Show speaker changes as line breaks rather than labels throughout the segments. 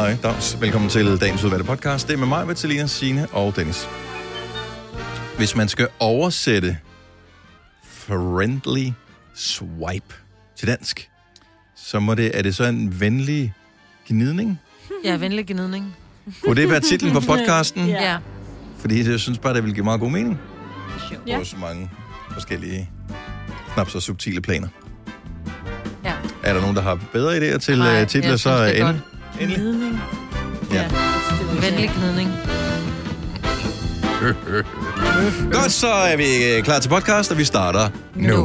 Hej, Dags. Velkommen til dagens udvalgte podcast. Det er med mig, Vitalina, Signe og Dennis. Hvis man skal oversætte friendly swipe til dansk, så er det så en venlig gnidning?
Ja, venlig gnidning.
Kunne det være titlen på podcasten?
Ja.
Fordi jeg synes bare, det vil give meget god mening.
Ja.
På så mange forskellige, knap så subtile planer.
Ja.
Er der nogen, der har bedre idéer til titler, så endelig?
Gnidning.
Ja.
Venlig gnidning.
Godt, så er vi klar til podcast, og vi starter nu.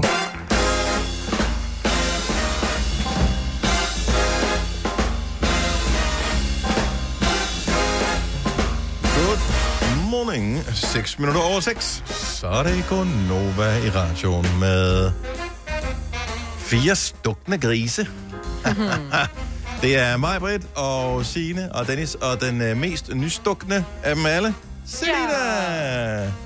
Good morning. 6 minutter over 6. Så er det Gonova i radioen med 4 stukne grise. Det er mig, Britt, og Signe og Dennis, og den mest nystukne af dem alle, Selina. Ja.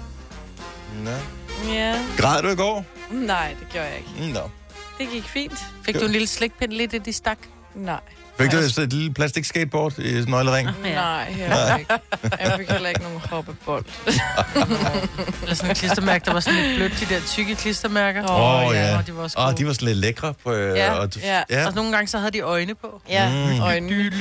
Ja.
Græd du i går?
Nej, det gjorde jeg ikke.
Nå.
Det gik fint.
Fik du en lille slikpind lidt i de stak?
Nej.
Fik du et lille plastikskateboard i nøglering?
Nej, heller ikke. Jeg fik heller ikke nogen hoppebold.
Eller sådan et klistermærke, der var sådan lidt blødt, de der tykke klistermærker.
Ja.
Og de var også gode.
De var sådan lidt lækre. På,
Ja.
Og nogle gange så havde de øjne på.
Ja, øjnene.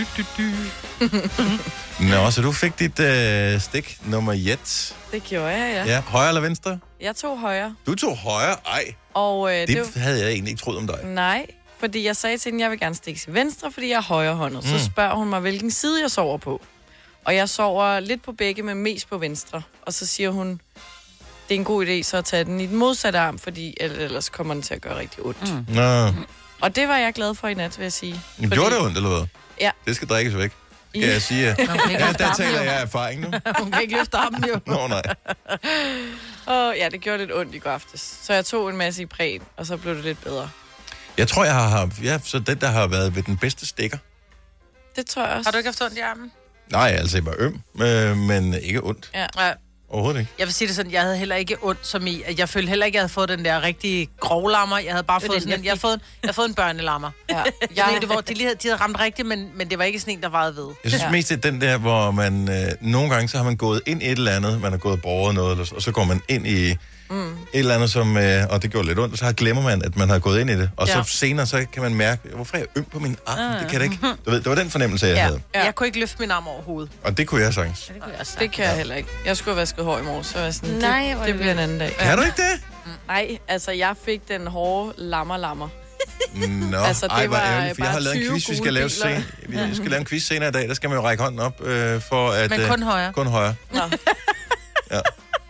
Nå, så du fik dit stik nummer 1.
Det gjorde jeg, ja.
Ja, højre eller venstre?
Jeg tog højre.
Du tog højre? Ej,
Og,
det havde jeg egentlig ikke troet om dig.
Nej, fordi jeg sagde til hende, at jeg vil gerne stikke til venstre, fordi jeg er højrehåndet. Så spørger hun mig, hvilken side jeg sover på. Og jeg sover lidt på begge, men mest på venstre. Og så siger hun, det er en god idé så at tage den i den modsatte arm, fordi ellers kommer den til at gøre rigtig ondt.
Nå.
Og det var jeg glad for i nat, vil jeg sige.
Fordi... Gjorde det ondt, eller hvad?
Ja.
Det skal drikkes væk. Kan jeg sige. Ja, der taler jeg erfaring nu.
Hun kan ikke løfte armen jo.
Nå, nej.
Og ja, det gjorde lidt ondt i går aftes. Så jeg tog en masse Ipren, og så blev det lidt bedre.
Jeg tror, jeg har... Ja, så den, der har været ved den bedste stikker.
Det tror jeg også.
Har du ikke haft ondt i armen?
Nej, altså, jeg var øm, men ikke ondt.
Ja.
Overhovedet ikke.
Jeg vil sige det sådan, jeg havde heller ikke ondt som i, at jeg følte heller ikke, at jeg havde fået den der rigtig grovlammer. Jeg havde bare fået sådan en, jeg har fået en børnelammer. Ja. Det hvor de havde ramt rigtigt, men det var ikke sådan en, der varede ved.
Jeg synes mest, det er den der, hvor man nogle gange, så har man gået ind i et eller andet, man har gået og borget noget, og så går man ind i et eller andet, som, og det gjorde lidt ondt, og så glemmer man, at man har gået ind i det. Og så senere, så kan man mærke, hvorfor er jeg øm på min arm? Det kan det ikke. Du ved, det var den fornemmelse, jeg havde.
Ja. Jeg kunne ikke løfte min arm over hovedet.
Og det kunne jeg sagtens.
Det kan jeg heller ikke. Jeg skulle have vasket hår i morgen, så var jeg sådan, det bliver en anden dag.
Kan du ikke det?
Nej, altså jeg fik den hårde lammer.
Nå,
altså, det var
ærgerligt, for jeg har lavet en quiz, vi skal lave senere. Vi skal lave en quiz senere i dag, der skal man jo række hånden op for at...
Men kun højre.
Kun højre.
Nå.
Ja.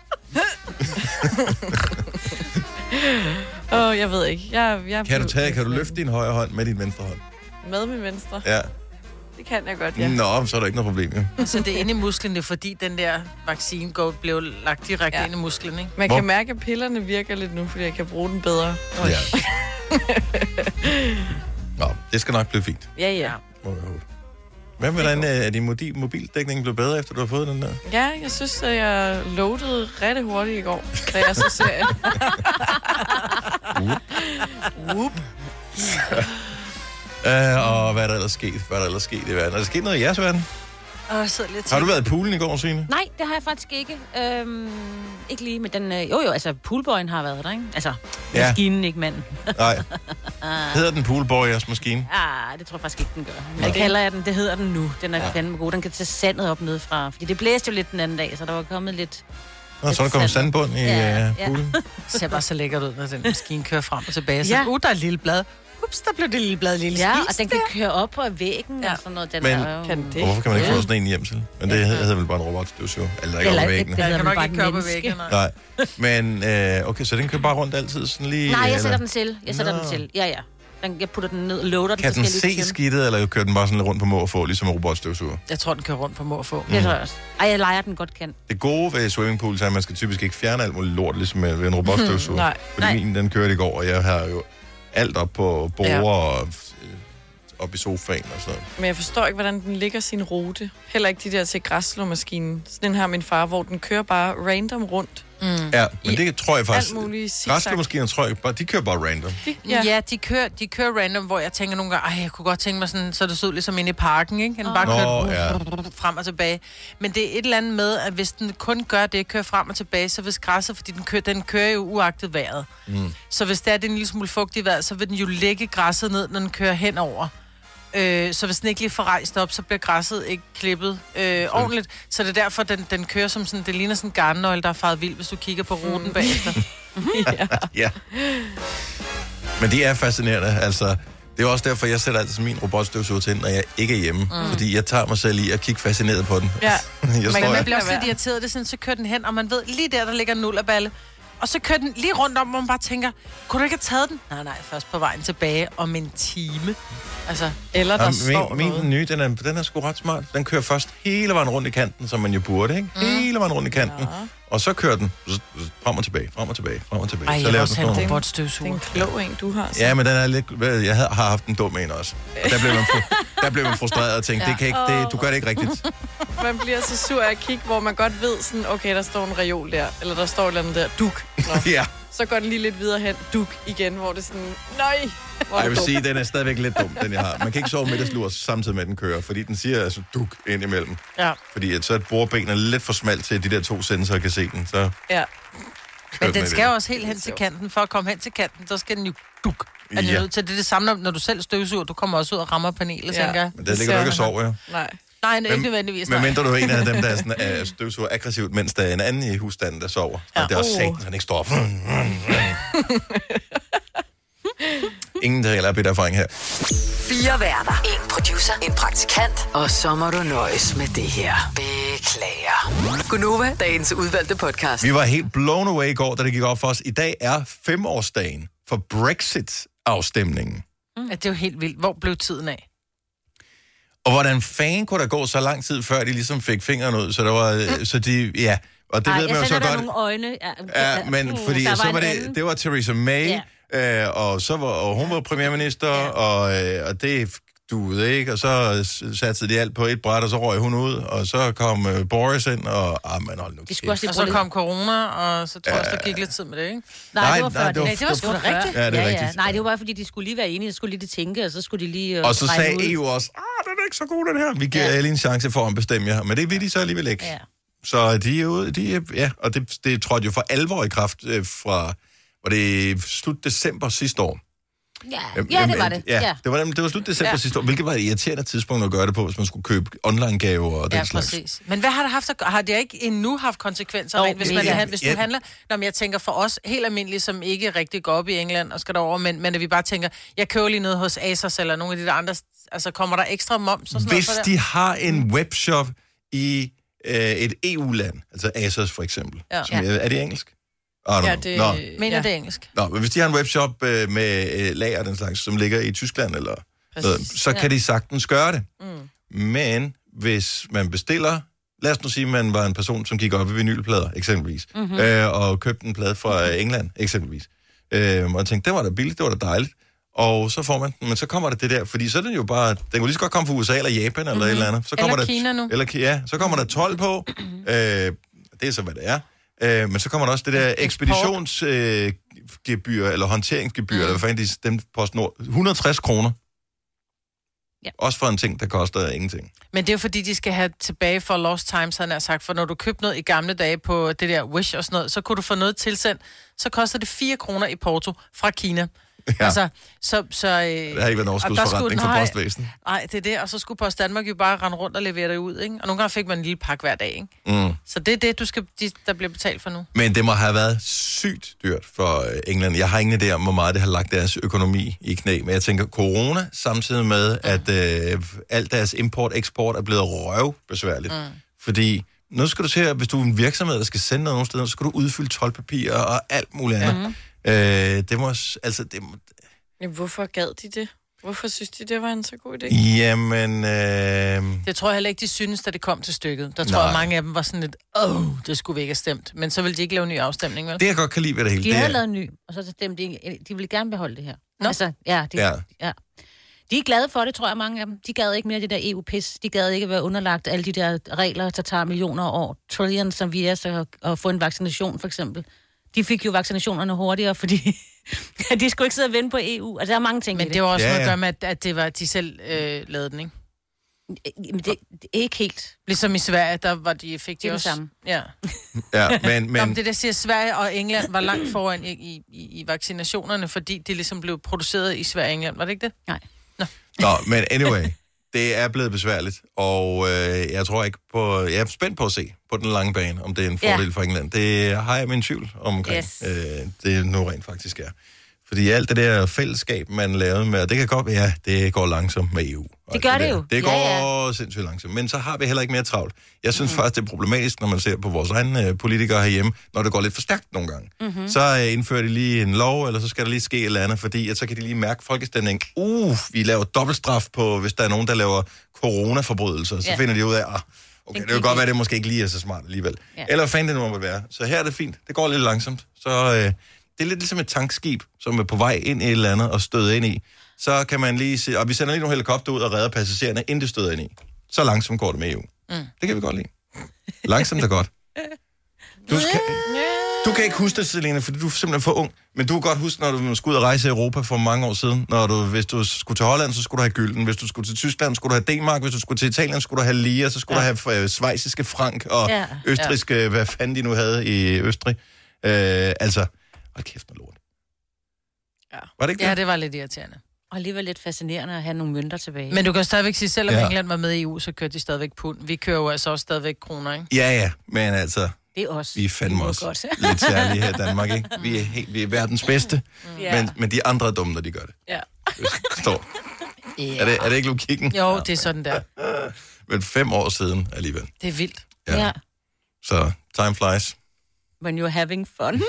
Jeg ved ikke.
Kan du løfte din højre hånd med din venstre hånd?
Med min venstre?
Ja.
Det kan jeg godt, ja.
Nå, så er der ikke noget problem, ja.
Så det er inde i musklen, det er fordi den der vaccine blev lagt direkte ind i musklen, ikke?
Man kan mærke, at pillerne virker lidt nu, fordi jeg kan bruge den bedre.
Ja. Nå, det skal nok blive fint.
Ja.
Må jeg håbe. Hvordan er din mobildækning blevet bedre, efter du har fået den der?
Ja, jeg synes, at jeg loadede rigtig hurtigt i går, da jeg så ser.
Whoop. Og hvad er der ellers sket? I verden? Er der sket noget i jeres verden? Har du været i poolen i går, Signe?
Nej, det har jeg faktisk ikke. Ikke lige med den... altså poolboyen har været der, ikke? Altså, maskinen, ikke manden.
Nej. Hedder den poolboy, jeres maskine?
Det tror jeg faktisk ikke, den gør. Men det kalder jeg den. Det hedder den nu. Den er fandme god. Den kan tage sandet op nedefra. Fordi det blæste jo lidt den anden dag, så der var kommet lidt...
Nå, så er der kommet sandbund i poolen.
Det ser bare så lækkert ud, når den maskine kører frem og tilbage. Så der er et lille blad. Ups, der blev det lille blad lille
Ja, og den kan køre op på væggen og sådan noget. Den
men
kan det?
Hvorfor kan man ikke få sådan en hjem til? Men det hedder vel bare en robotstøvsuger. Eller ikke op på væggene.
Det hedder nok ikke køre på væggen.
Nej. Men okay, så den kører bare rundt altid sådan lige...
Nej, jeg sætter den til. Ja. Jeg putter den ned og loader den.
Kan den se skidtet, eller kører den bare sådan rundt på må og få, ligesom en robotstøvsuger?
Jeg tror, den kører rundt på må og få.
Det tror jeg også. Jeg leger den godt kan.
Det gode ved swimmingpools er, at man skal typisk ikke fjerne alt muligt lort, ligesom ved en robotstøvsuger.
Nej.
Fordi min, den kørte i går, og jeg har jo alt op på borde og op i sofaen og sådan.
Men jeg forstår ikke, hvordan den ligger sin rute. Heller ikke de der til græsslåmaskinen. Sådan den her min far, hvor den kører bare random rundt.
Ja, men det tror jeg faktisk...
Alt muligt
græsslåmaskiner, tror jeg, de kører bare random.
De kører random, hvor jeg tænker nogle gange, jeg kunne godt tænke mig sådan, så det så ud ligesom inde i parken, ikke? Den bare kører frem og tilbage. Men det er et eller andet med, at hvis den kun gør det, kører frem og tilbage, så hvis græsset, fordi den kører jo uagtet vejret. Så hvis det er en lille smule fugt i vejret, så vil den jo lægge græsset ned, når den kører henover. Så hvis den ikke lige får rejst op, så bliver græsset ikke klippet ordentligt. Så det er derfor, den kører som sådan, det ligner sådan en garnnøgle, der er faret vild, hvis du kigger på ruten bagefter.
Ja. Men det er fascinerende, altså. Det er også derfor, jeg sætter altid min robotstøvsuger til, når jeg ikke er hjemme. Fordi jeg tager mig selv i at kigge fascineret på den.
Ja. Man bliver også lidt irriteret, det sådan, så kører den hen, og man ved, lige der ligger en nullerballe. Og så kører den lige rundt om, hvor man bare tænker, kunne du ikke have taget den? Nej, først på vejen tilbage om en time. Altså, eller der står noget.
Min nye, den er sgu ret smart. Den kører først hele vejen rundt i kanten, som man jo burde, ikke? Hele vejen rundt i kanten. Ja. Og så kører den frem og tilbage.
Ej, jeg vil også have en robotstøvsuger.
Det er en klog en, du har. Så.
Ja, men den er lidt... Jeg har haft en dum en også. Og der blev man frustreret og tænkte, du gør det ikke rigtigt.
Man bliver så sur af at kigge, hvor man godt ved sådan, okay, der står en reol der, eller der står et eller andet der, duk.
Ja.
Så går den lige lidt videre hen, duk igen, hvor det er sådan, nej.
Jeg vil sige, den er stadigvæk lidt dum, den jeg har. Man kan ikke sove middagslur samtidig med, den kører, fordi den siger altså duk ind imellem.
Ja.
Fordi at så et bordben er lidt for smalt til, at de der 2 sensorer kan se den, så...
Ja.
Men den skal jo også helt hen til kanten. For at komme hen til kanten, så skal den jo duk. Er den nødt til det samme, når du selv støvsuger, du kommer også ud og rammer panelet, tænker jeg.
Men der ligger du ikke og sover, jo.
Nej, ikke nødvendigvis.
Men mindre du er en af dem, der er sådan, støvsuger aggressivt, mens der er en anden i husstanden, der sover. Ja. Og det er også sagt, han ikke står op. Ingen der heller er bedre erfaring her.
4 værter. 1 producer. 1 praktikant. Og så må du nøjes med det her. Beklager. Gunova, dagens udvalgte podcast.
Vi var helt blown away i går, da det gik op for os. I dag er 5-årsdagen for Brexit-afstemningen.
Ja, det er jo helt vildt. Hvor blev tiden af?
Og hvordan fanden kunne der gå så lang tid, før de ligesom fik fingeren ud? Så der var, så de, ja, og det ved man jo så godt.
Nogle øjne.
Ja, men fordi så var det var Theresa May, og hun var premierminister, og det duede ikke, og så satte de alt på et bræt, og så røg hun ud, og så kom Boris ind, og man hold nu.
Og så kom corona, og så tror jeg, der gik lidt tid med det, ikke?
Nej, det var før. Det var sgu da rigtigt.
Ja, det er rigtigt.
Nej, det var bare fordi, de skulle lige være enige, de skulle lige tænke, og så skulle de lige
og så sagde EU også, den er ikke så god, den her. Vi giver alle en chance for at bestemme jer, men det vil de så alligevel ikke. Ja. Så de er ude, og det trådte jo for alvor i kraft fra, var det slut december sidste år.
Ja, det var det.
Ja. Det var slut december sidste år, hvilket var et irriterende tidspunkt at gøre det på, hvis man skulle købe online-gaver og den slags. Ja, præcis.
Men hvad har det haft? Har det ikke endnu haft konsekvenser, hvis du handler? Nå, men jeg tænker for os, helt almindeligt, som ikke rigtig går op i England og skal derover, men at vi bare tænker, jeg køber lige noget hos Asos eller nogle af de der andre, altså kommer der ekstra moms og sådan
hvis noget de har en webshop i et EU-land, altså Asos for eksempel, som, er det engelsk?
Mener det er engelsk.
Nå, men hvis de har en webshop med lager den slags, som ligger i Tyskland, eller så kan de sagtens gøre det. Men hvis man bestiller, lad os nu sige, at man var en person, som gik op i vinylplader, eksempelvis, og købte en plade fra England, eksempelvis, og tænkte, det var da billigt, det var da dejligt, og så får man den, men så kommer det der, fordi så er den jo bare, den kunne lige så godt komme fra USA eller Japan, eller et eller andet. Så kommer
eller Kina nu.
Så kommer der 12 på, det er så, hvad det er. Men så kommer der også det der ekspeditionsgebyr, eller håndteringsgebyr, eller hvad fanden de stemte på PostNord. 160 kroner. Ja. Også for en ting, der koster ingenting.
Men det er jo fordi, de skal have tilbage for lost times, han har sagt. For når du købte noget i gamle dage på det der Wish og sådan noget, så kunne du få noget tilsendt. Så koster det 4 kroner i Porto fra Kina. Ja. Altså, så
det har ikke været en overskudsforretning for postvæsen.
Nej, det er det. Og så skulle Post Danmark jo bare rende rundt og levere det ud, ikke? Og nogle gange fik man en lille pakke hver dag, ikke? Så det er det, der bliver betalt for nu.
Men det må have været sygt dyrt for England. Jeg har ingen idé om, hvor meget det har lagt deres økonomi i knæ. Men jeg tænker, corona, samtidig med, at alt deres import-eksport er blevet røvbesværligt. Fordi nu skal du se, at hvis du er en virksomhed, der skal sende noget nogle steder, så skal du udfylde toldpapirer og alt muligt andet. Det må, altså, det må...
Hvorfor gad de det? Hvorfor synes de, det var en så god idé?
Jamen...
Det tror jeg heller ikke, de synes, da det kom til stykket. Der tror jeg, mange af dem var sådan lidt, det skulle vi ikke have stemt. Men så ville de ikke lave en ny afstemning, vel?
Det jeg godt kan lide ved det hele.
De havde lavet en ny, og så stemte de ville gerne beholde det her.
Nå?
Altså, De er glade for det, tror jeg, mange af dem. De gad ikke mere det der EU-pis. De gad ikke være underlagt alle de der regler, der tager millioner år, trillions, som vi er, så at få en vaccination, for eksempel. De fik jo vaccinationerne hurtigere, fordi de skulle ikke sidde og vente på EU. Altså, der er mange ting.
Men det var også noget at gøre med, at det var, de selv lavede den, ikke?
Men det er ikke helt.
Ligesom i Sverige, der var fik de
det
også...
samme.
Ja.
Men...
Nå, det der siger, Sverige og England var langt foran i vaccinationerne, fordi de ligesom blev produceret i Sverige og England. Var det ikke det?
Nej.
Nå, men anyway, det er blevet besværligt, og jeg tror ikke på... Jeg er spændt på at se på den lange bane, om det er en fordel for England. Det har jeg min tvivl omkring, det nu rent faktisk er. Fordi alt det der fællesskab, man lavede med, og det kan godt være, det går langsomt med EU.
Det gør det jo.
Det går sindssygt langsomt. Men så har vi heller ikke mere travlt. Jeg synes faktisk, det er problematisk, når man ser på vores egne politikere herhjemme, når det går lidt for stærkt nogle gange. Så indfører de lige en lov, eller så skal der lige ske et eller andet, fordi så kan de lige mærke folkestemningen. Vi laver dobbeltstraf på, hvis der er nogen, der laver coronaforbrydelser. Så finder de ud af, okay, det kan godt være, det måske ikke lige er så smart alligevel. Ja. Eller hvad fanden det nu må være. Så her er det fint. Det går lidt langsomt. Så det er lidt ligesom et tankskib, som er på vej ind i et eller andet og støder ind i. Så kan man lige se, og vi sender lige nogle helikopter ud og redder passagererne, inden det støder ind i. Så langsomt går det med EU. Det kan vi godt lide. Langsomt er godt. Du kan ikke huske det, Selena, fordi du er simpelthen for ung. Men du kan godt huske, når du skulle ud og rejse i Europa for mange år siden. Hvis du skulle til Holland, så skulle du have gylden. Hvis du skulle til Tyskland, skulle du have D-mark. Hvis du skulle til Italien, skulle du have lire. Så skulle du have schweiziske frank og østriske, hvad fanden de nu havde i Østrig. Altså, hold kæft med lort.
Ja.
Var det ikke det?
Ja, det var lidt irriterende.
Og alligevel lidt fascinerende at have nogle mønter tilbage.
Men du kan stadigvæk sige, selvom England var med i EU, så kørte de stadigvæk pund. Vi kører jo altså også stadigvæk kroner, ikke?
Ja, men altså...
Det er også.
Vi er fandme også lidt særlige her i Danmark, ikke? Vi er verdens bedste, men de andre er dumme, når de gør det. Ja. Forstår. Er det ikke logikken?
Jo, det er sådan der.
Men 5 år siden alligevel.
Det er vildt.
Ja.
Så time flies.
When you're having fun.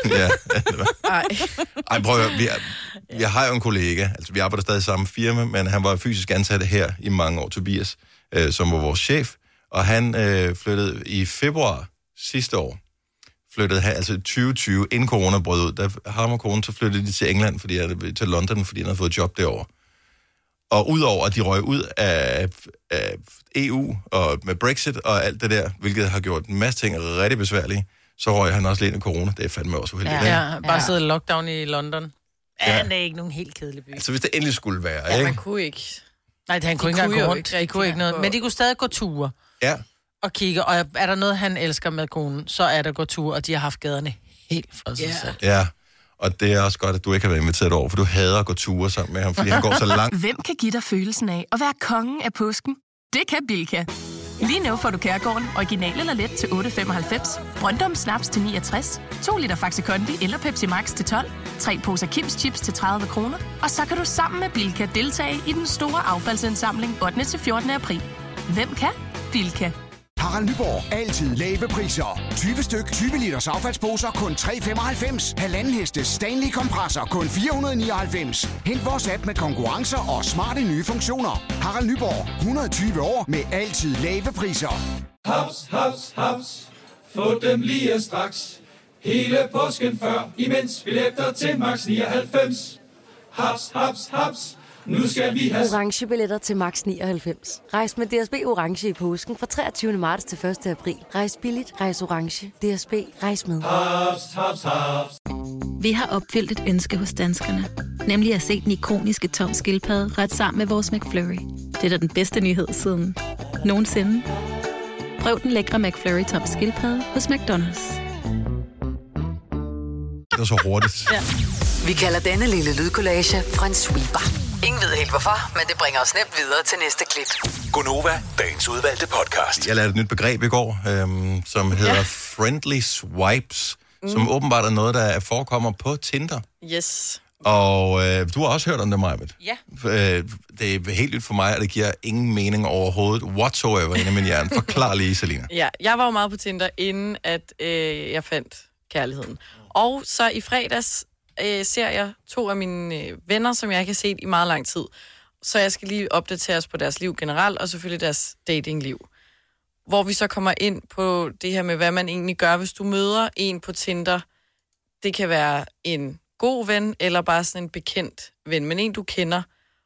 Ej, prøv at høre. Vi har jo en kollega, altså vi arbejder stadig i samme firma, men han var fysisk ansat her i mange år, Tobias, som var vores chef, og han flyttede i februar sidste år, altså 2020, inden corona brød ud, da ham og konen, så flyttede de til England, til London, fordi han havde fået job derovre. Og udover at de røg ud af EU og med Brexit og alt det der, hvilket har gjort en masse ting rigtig besværlige, så røg han også lidt af corona. Det er fandme også uheldigt.
Bare sidde i lockdown i London. Ja, det er ikke nogen helt kedelig by.
Altså hvis det endelig skulle være,
ikke? Man kunne ikke.
Nej, han kunne ikke engang gå rundt. De kunne ikke noget. Men de kunne stadig gå ture.
Ja.
Og kigge. Og er der noget, han elsker med konen, så er der gå ture, og de har haft gaderne helt for sig selv.
Ja, og det er også godt, at du ikke har været inviteret over, for du hader at gå ture sammen med ham, fordi han går så langt.
Hvem kan give dig følelsen af at være kongen af påsken? Det kan Bilka. Lige nu får du Kærgården original eller let til 8,95, Brøndum Snaps til 69, 2 liter Faxi Kondi eller Pepsi Max til 12, 3 poser Kims Chips til 30 kroner, og så kan du sammen med Bilka deltage i den store affaldsindsamling 8. til 14. april. Hvem kan? Bilka.
Harald Nyborg. Altid lave priser. 20 styk, 20 liters affaldsposer kun 3,95. Halvanden heste Stanley kompresser kun 499. Hent vores app med konkurrencer og smarte nye funktioner. Harald Nyborg. 120 år med altid lave priser.
Haps, haps, haps. Få dem lige straks. Hele påsken før, imens billetter til max 99. Haps, haps, haps. Nu skal vi have
orange billetter til max 99. Rejs med DSB orange i påsken fra 23. marts til 1. april. Rejs billigt, rejs orange. DSB, rejs med.
Haps, haps, haps.
Vi har opfyldt et ønske hos danskerne, nemlig at se den ikoniske Tom Skildpadde ret sammen med vores McFlurry. Det er da den bedste nyhed siden nogensinde. Prøv den lækre McFlurry Tom Skildpadde hos McDonald's.
Det er så hurtigt.
Vi kalder denne lille lydkollage en sweeper. Ingen ved helt hvorfor, men det bringer os nemt videre til næste klip.
Gonova, dagens udvalgte podcast.
Jeg lærte et nyt begreb i går, som hedder friendly swipes, som åbenbart er noget, der forekommer på Tinder.
Yes.
Og du har også hørt om det, Majbet.
Ja.
Det er helt nyt for mig, og det giver ingen mening overhovedet whatsoever inde i min hjerne. Forklar lige, Selina.
Ja, jeg var jo meget på Tinder, inden at jeg fandt kærligheden. Og så i fredags ser jeg 2 af mine venner, som jeg ikke har set i meget lang tid. Så jeg skal lige opdateres på deres liv generelt, og selvfølgelig deres datingliv. Hvor vi så kommer ind på det her med, hvad man egentlig gør, hvis du møder en på Tinder. Det kan være en god ven, eller bare sådan en bekendt ven, men en du kender.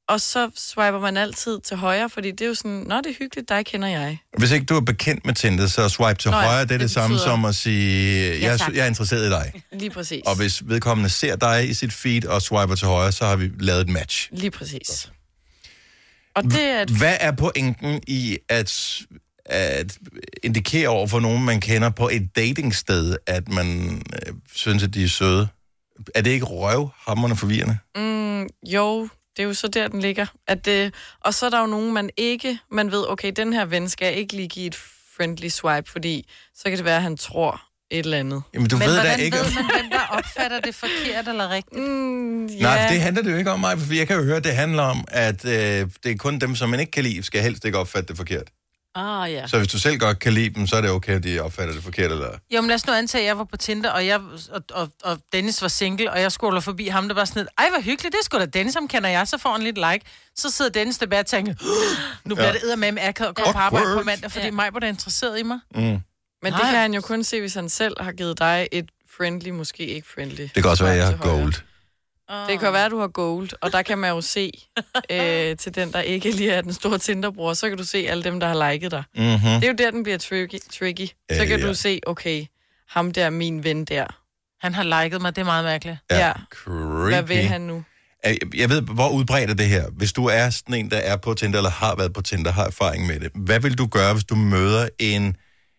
Og så swiper man altid til højre, fordi det er jo sådan, nå, det er hyggeligt, dig kender jeg.
Hvis ikke du er bekendt med Tinder, så swipe til højre, det er det samme som at sige, jeg er interesseret i dig.
Lige præcis.
Og hvis vedkommende ser dig i sit feed og swiper til højre, så har vi lavet et match.
Lige præcis. Og det er
Hvad er pointen i at indikere over for nogen, man kender på et datingsted, at man synes, at de er søde? Er det ikke røvhamrende forvirrende?
Jo, det er jo så der, den ligger. Og så er der jo nogen, man ved, okay, den her ven skal ikke lige give et friendly swipe, fordi så kan det være, at han tror et eller andet.
Jamen, men
hvordan ved man, hvem der opfatter det forkert eller rigtigt?
Nej, det handler det jo ikke om mig, for jeg kan jo høre, at det handler om, at det er kun dem, som man ikke kan lide, skal helst ikke opfatte det forkert.
Ja.
Så hvis du selv godt kan lide dem, så er det okay, at de opfatter det forkert, eller?
Jo, men lad os nu antage, at jeg var på Tinder, og Dennis var single, og jeg scroller forbi ham, der var sådan et, ej, hvor hyggeligt, det er sgu da Dennis, ham kender jeg, så får han lidt like. Så sidder Dennis tilbage og tænker, nu bliver det eddermame akavet og går på arbejde på mandag, fordi mig var da interesseret i mig.
Men det kan han jo kun se, hvis han selv har givet dig et friendly, måske ikke friendly.
Det kan også være, at jeg har gold.
Det kan være, at du har gold, og der kan man jo se til den, der ikke lige er den store Tinder-bror, så kan du se alle dem, der har liket dig.
Mm-hmm.
Det er jo der, den bliver tricky. Så kan du se, okay, ham der, min ven der.
Han har liket mig, det er meget mærkeligt.
Ja.
Creepy.
Hvad vil han nu?
Jeg ved, hvor udbredt er det her. Hvis du er sådan en, der er på Tinder, eller har været på Tinder, har erfaring med det. Hvad vil du gøre, hvis du møder en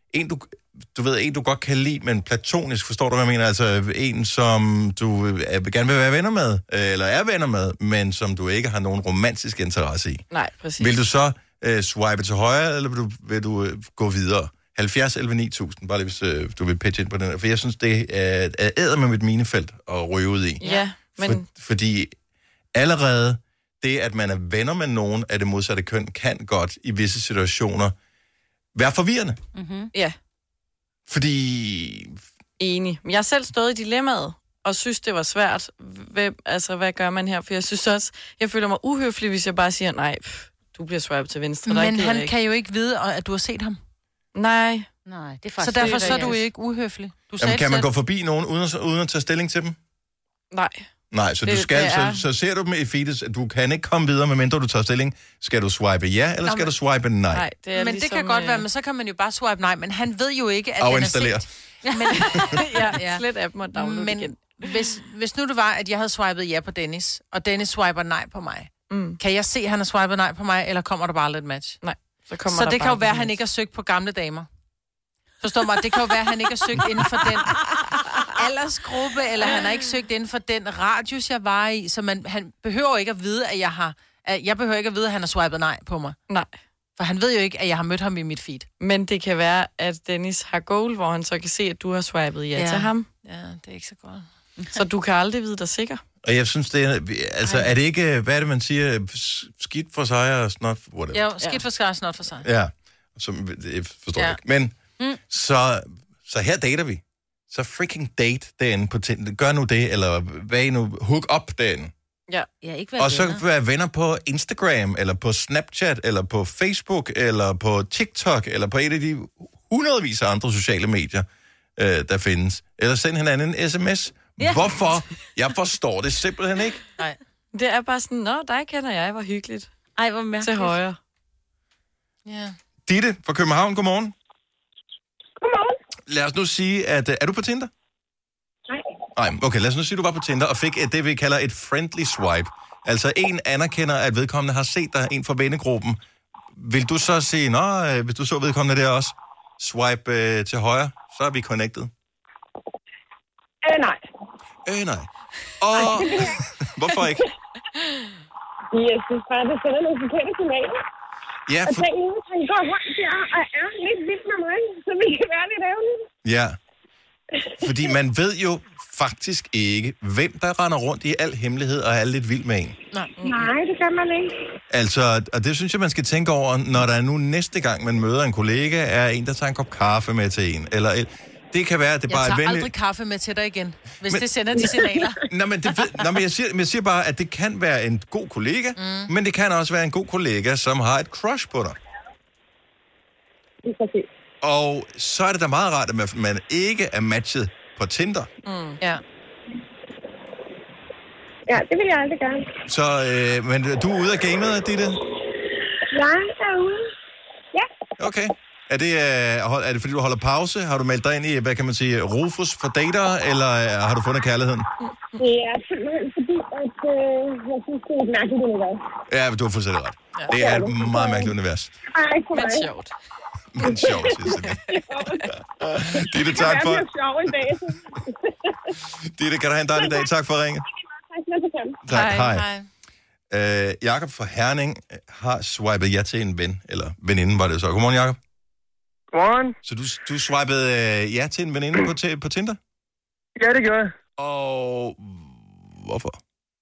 du godt kan lide, men platonisk, forstår du, hvad jeg mener? Altså en, som du gerne vil være venner med, eller er venner med, men som du ikke har nogen romantisk interesse i.
Nej, præcis.
Vil du så swipe til højre, eller vil du gå videre? 70 11 9000, bare lige hvis du vil pitche ind på den her. For jeg synes, det er æder med mit minefelt at ryge ud i.
Ja, men...
Fordi allerede det, at man er venner med nogen af det modsatte køn, kan godt i visse situationer være forvirrende.
Mm-hmm. Ja.
Fordi...
Enig. Jeg har selv stået i dilemmaet, og synes, det var svært. Hvad gør man her? For jeg synes også, jeg føler mig uhøflig, hvis jeg bare siger, nej, du bliver swipet til venstre.
Men han kan jo ikke vide, at du har set ham.
Nej,
det er faktisk...
Så derfor så er du ikke uhøflig.
Jamen, kan man gå forbi nogen, uden at tage stilling til dem? Nej, så du skal, så ser du dem i feedet, at du kan ikke komme videre, medmindre du tager stilling. Skal du swipe ja, eller skal du swipe nej?
Nej, men ligesom, det kan godt være, men så kan man jo bare swipe nej, men han ved jo ikke, at den er set.
Men, slet appen og download igen.
Hvis nu det var, at jeg havde swipet ja på Dennis, og Dennis swiper nej på mig, kan jeg se, at han har swipet nej på mig, eller kommer der bare lidt match?
Nej.
Så det kan jo være, at han ikke har søgt på gamle damer. Forstår mig, det kan jo være, at han ikke har søgt inden for den aldersgruppe, eller han har ikke søgt inden for den radius, jeg var i, så han behøver ikke at vide, at jeg behøver ikke at vide, at han har swipet nej på mig.
Nej.
For han ved jo ikke, at jeg har mødt ham i mit feed.
Men det kan være, at Dennis har goal, hvor han så kan se, at du har swipet ja til ham.
Ja, det er ikke så godt.
Så du kan aldrig vide dig sikker.
Og jeg synes, det er... Altså, er det ikke... Hvad er det, man siger? Skidt for sig og snot... Whatever.
Jo, skidt for sig og snot for sig.
Ja, jeg forstår ikke. Men så her dater vi. Så freaking date derinde på Tinder. Gør nu det, eller hvad nu? Hook up derinde.
Ja,
ikke
og så være venner på Instagram, eller på Snapchat, eller på Facebook, eller på TikTok, eller på et af de hundredvis af andre sociale medier, der findes. Eller send hinanden en sms. Ja. Hvorfor? Jeg forstår det simpelthen ikke.
Nej.
Det er bare sådan, nå, dig kender jeg, hvor hyggeligt.
Ej, hvor mærkeligt.
Til højre.
Ja.
Ditte fra København, godmorgen.
Godmorgen.
Lad os nu sige, at... Er du på Tinder? Nej, okay, lad os nu sige, at du var på Tinder og fik det, vi kalder et friendly swipe. Altså en anerkender, at vedkommende har set dig, en fra vennegruppen. Vil du så sige, hvis du så vedkommende der også, swipe til højre, så er vi connected?
Nej.
Nej. Og hvorfor ikke?
Jeg synes bare, det sender nogle forkerte signaler.
Ja,
og tænk nu, at han går rundt der og er lidt vild med mig, så vi kan være lidt ærgerlige.
Ja. Fordi man ved jo faktisk ikke, hvem der render rundt i al hemmelighed og er lidt vild med en.
Nej, det kan man ikke.
Altså, og det synes jeg, man skal tænke over, når der er nu næste gang, man møder en kollega, er en, der tager en kop kaffe med til en. Eller det kan være, at det bare er
venligt. Jeg tager
venlig...
aldrig kaffe med til dig igen, hvis det sender de signaler.
men jeg siger bare, at det kan være en god kollega, men det kan også være en god kollega, som har et crush på dig.
Præcis.
Og så er det da meget rart, at man ikke er matchet på Tinder.
Ja.
Ja, det vil jeg aldrig gøre.
Så, men du er ude af gamet, Ditte?
Jeg er ude. Ja.
Okay. Er det fordi, du holder pause? Har du meldt dig ind i, hvad kan man sige, Rufus for dater, eller har du fundet kærligheden?
Det er simpelthen fordi, at jeg synes, det er et mærkeligt univers.
Ja, du har fuldstændig ret. Det er et meget mærkeligt univers.
Men
sjovt.
Men sjovt, synes jeg. Ditte, tak for...
Det er sjovt i dag.
Ditte, kan du have en dejlig dag? Tak for at ringe. Tak, hej. Jakob fra Herning har swipet ja til en ven, eller veninde var det så. Godmorgen, Jakob.
Godmorgen.
Så du swipede ja til en veninde på Tinder?
Ja, det gør jeg.
Og hvorfor?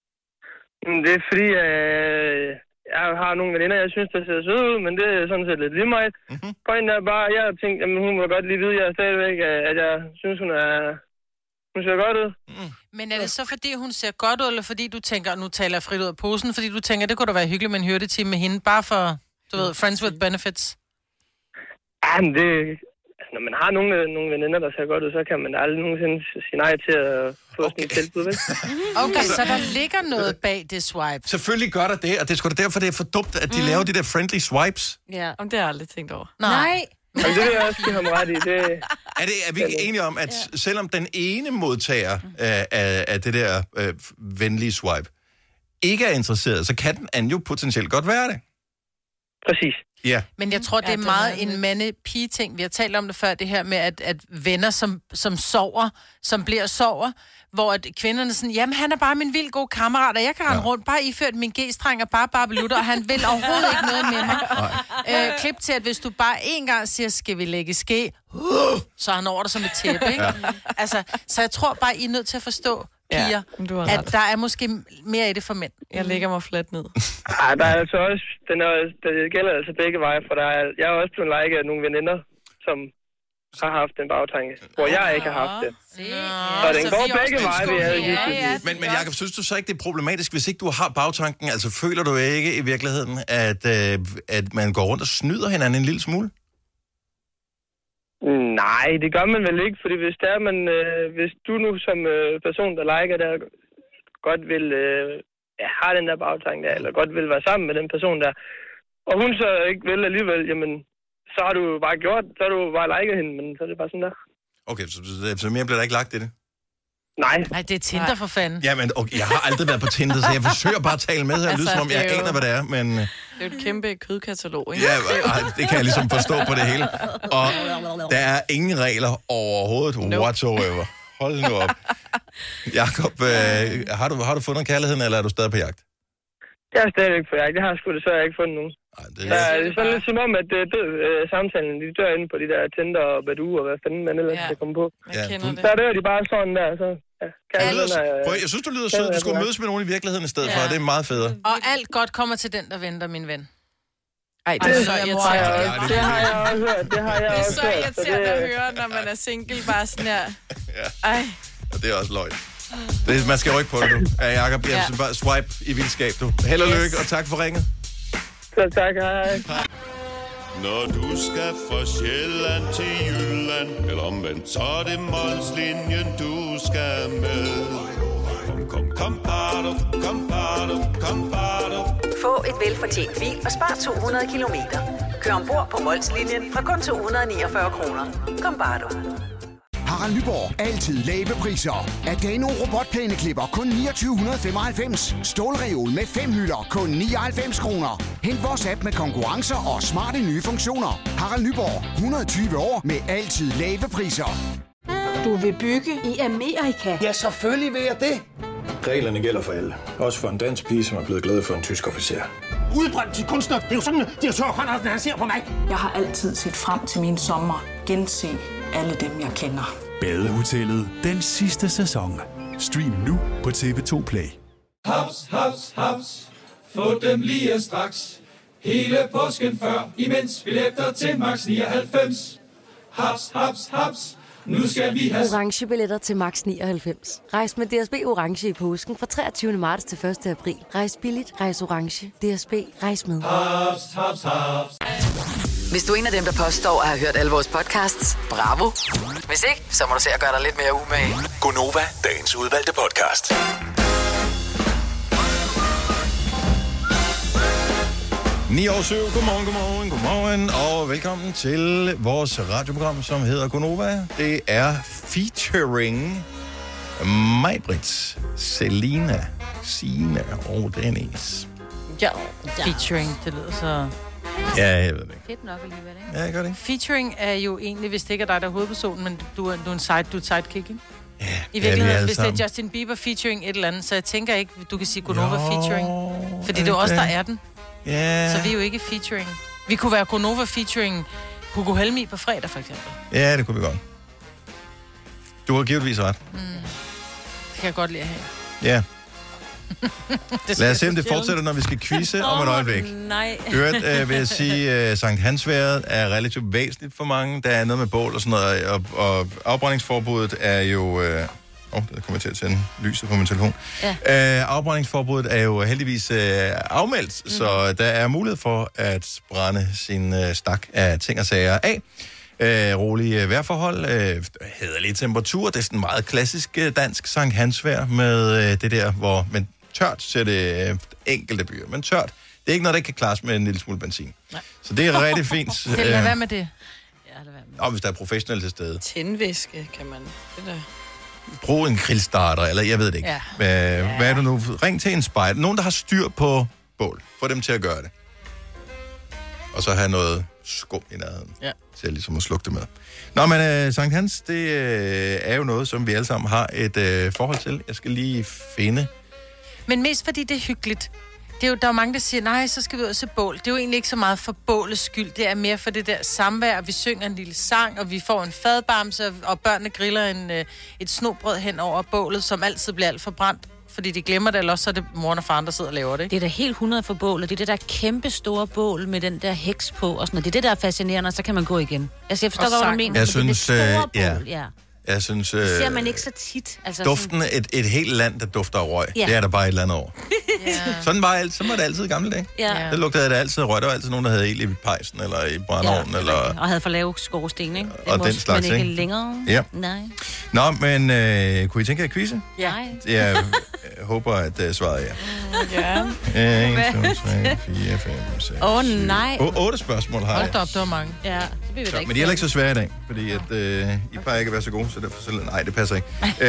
Det er fordi, jeg har nogle veninder, jeg synes, der ser søde ud, men det er sådan set lidt lige meget. Pointen er bare, jeg har tænkt, at hun må godt lige vide, at jeg stadigvæk, at jeg synes, hun ser godt ud.
Men er det så, fordi hun ser godt ud, eller fordi du tænker, nu taler jeg frit ud af posen, fordi du tænker, det kunne da være hyggeligt med en hyrdetime med hende, bare for, du ved, friends with benefits?
Ja, men det... Når man har nogle veninder, der ser godt ud, så kan man aldrig nogensinde sige nej til at få sådan et tilbud, vel?
Okay, så der ligger noget bag det swipe.
Selvfølgelig gør der det, og det er sgu da derfor, det er for dumt, at de laver de der friendly swipes.
Ja, om det har jeg aldrig tænkt over.
Nej.
Jamen, det vil jeg også give ham ret i.
Er vi ikke enige om, at selvom den ene modtager af det der venlige swipe ikke er interesseret, så kan den anden jo potentielt godt være det?
Præcis.
Ja.
Men jeg tror, det er meget en mande-pige-ting. Vi har talt om det før, det her med, at venner, som sover, som bliver sover, hvor at kvinderne sådan, jamen han er bare min vildt gode kammerat, og jeg kan rende rundt, bare iført min G-streng og bare barbelutter, og han vil overhovedet ikke noget med mig. Klip til, at hvis du bare en gang siger, skal vi lægge ske, så er han over dig som et tæppe, ikke? Altså, så jeg tror bare, I er nødt til at forstå, piger, at der er måske mere i det for mænd.
Jeg lægger mig fladt ned.
Ja, der er altså også, det gælder altså begge veje, for jeg er også blevet like af nogle veninder, som har haft en bagtanke, hvor jeg ikke har haft det. Så den går begge veje, vil jeg
Men Jakob, synes du så ikke, det er problematisk, hvis ikke du har bagtanken? Altså, føler du ikke i virkeligheden, at man går rundt og snyder hinanden en lille smule?
Nej, det gør man vel ikke, fordi hvis du nu som person, der liker der, godt vil have den der bagtanke der, eller godt vil være sammen med den person der, og hun så ikke vil alligevel, jamen, så har du bare så har du bare liket hende, men så er det bare sådan der. Okay,
så mere bliver der ikke lagt i det?
Nej.
Nej, det er Tinder for fanden.
Jamen, okay, jeg har aldrig været på Tinder, så jeg forsøger bare at tale med her, lyder som om jeg aner, hvad det er, men...
Det er jo et kæmpe kødkatalog, ikke?
Ja, det kan jeg ligesom forstå på det hele. Og der er ingen regler overhovedet whatsoever. Hold nu op. Jakob, har du fundet kærligheden, eller er du stadig på jagt?
Jeg er stadigvæk på jagt. Jeg har sgu desværre ikke fundet nogen. Det er sådan lidt som om, at samtalen, de dør inde på de der Tinder og Badoo, og hvad fanden man ellers skal komme på. Der dør de bare sådan der, så...
Jeg synes, du lyder sød. Du skulle mødes med nogen i virkeligheden i stedet for, det er meget federe.
Og alt godt kommer til den, der venter, min ven.
Ej, det er så
irriterende. Det har jeg også hørt. Det er
så irriterende at høre, når man er single, bare sådan her. Ej.
Og det er også løgn. Man skal rykke på det, du. Jakob, jeg synes bare swipe i vildskab, du. Held og lykke, og tak for ringet.
Så tak, hej.
Når du skal fra Sjælland til Jylland, eller omvendt, så er det Molslinjen, du skal med. Kom, bado, kom, bado.
Få et velfortjent bil og spar 200 kilometer. Kør ombord på Molslinjen fra kun 249 kroner. Kom, bare du.
Harald Nyborg. Altid lave priser. Adano robotplæneklipper kun 2995. Stålreol med 5 hylder kun 99 kroner. Hent vores app med konkurrencer og smarte nye funktioner. Harald Nyborg. 120 år med altid lave priser.
Du vil bygge i Amerika?
Ja, selvfølgelig vil jeg det. Reglerne gælder for alle. Også for en dansk pige, som er blevet glad for en tysk officer.
Udbrændt til kunstner. Det er jo sådan, at direktør Conradsen, han ser på mig. Jeg har altid set frem til min sommer. Gense alle dem, jeg kender.
Badehotellet den sidste sæson. Stream nu på TV2 Play.
Haps, haps, haps. Få dem lige straks. Hele påsken før, imens billetter til max 99. Haps, haps, haps. Nu skal vi have
orange billetter til max 99. Rejs med DSB orange i påsken fra 23. marts til 1. april. Rejs billigt, rejs orange. DSB, rejs med.
Haps, haps, haps.
Hvis du er en af dem, der påstår at have hørt alle vores podcasts, bravo. Hvis ikke, så må du se at gøre dig lidt mere umage.
Gonova, dagens udvalgte podcast.
9:07. Godmorgen, og velkommen til vores radioprogram, som hedder Gonova. Det er featuring Majbrit, Selina, Sina og Dennis.
Ja, featuring, det lyder så...
Ja, jeg ved det ikke.
Fedt nok alligevel, ikke?
Ja, jeg gør det.
Featuring er jo egentlig, hvis det ikke er dig, der er hovedpersonen, men du er et sidekick, ikke?
Ja,
i virkeligheden, hvis det er Justin Bieber featuring et eller andet, så jeg tænker ikke, du kan sige Gonova featuring. Fordi det er os, der er den.
Ja.
Så vi er jo ikke featuring. Vi kunne være Gonova featuring Hugo Helmi på fredag, for eksempel.
Ja, det kunne vi godt. Du har givetvis ret.
Det kan jeg godt lide at have.
Ja. Lad os se, om det fortsætter, når vi skal quizze om et øjeblik.
Nej.
Vil jeg sige, Sankt Hansværet er relativt væsentligt for mange. Der er noget med bål og sådan noget, og afbrændingsforbuddet er jo... der kommer jeg til at tænde lyset på min telefon. Ja. Afbrændingsforbuddet er jo heldigvis afmeldt, så der er mulighed for at brænde sin stak af ting og sager af. Rolige vejrforhold, hæderlige temperatur. Det er sådan meget klassisk dansk Sankt Hansvejr med det der, hvor... Men tørt ser det enkelte byer, men tørt. Det er ikke noget, der kan klares med en lille smule benzin. Nej. Så det er rigtig fint.
Lad være med det.
Og hvis der er professionelle til stede.
Tændvæske kan man... Det der.
Brug en grillstarter, eller jeg ved det ikke. Ja. Hvad er det nu? Ring til en spejder. Nogen, der har styr på bål. Få dem til at gøre det. Og så have noget skum i nærheden. Ja. Til ligesom at slukke det med. Nå, men Sankt Hans, det er jo noget, som vi alle sammen har et forhold til. Jeg skal lige finde...
Men mest fordi det er hyggeligt. Det er jo, der er mange, der siger, nej, så skal vi ud og se bål. Det er jo egentlig ikke så meget for bålets skyld. Det er mere for det der samvær, vi synger en lille sang, og vi får en fadbamse, og børnene griller et snobrød hen over bålet, som altid bliver alt for brændt. Fordi de glemmer det, eller også så er det moren og faren, der sidder og laver det. Ikke?
Det er da helt 100 for bålet. Det er det der kæmpe store bål med den der heks på og sådan noget. Det er det, der er fascinerende, og så kan man gå igen. Altså, jeg forstår godt, hvad du mener.
Jeg synes,
det store bål, ja.
Jeg synes...
Det ser man ikke så tit. Altså,
duften af et helt land, der dufter af røg. Ja. Det er der bare et eller andet over. Sådan var det altid i gamle dage. Ja. Det lugtede det altid røg. Der var altid nogen, der havde ild i pejsen, eller i brændeovnen. Ja, eller...
Og havde for lave skorsten, ikke?
Og den slags,
men ikke længere.
Ja.
Nej.
Nå, men kunne I tænke jer at quizze?
Ja.
Jeg håber, at svaret er ja. 1, 2, 3, 4, 5, 6,
nej.
8 spørgsmål har jeg.
Hold da op, det var mange.
Ja, det bliver vi da ikke.
Men de er heller ikke så svære i dag, fordi at, I plejer ikke at være så gode, så derfor så... Nej, det passer ikke.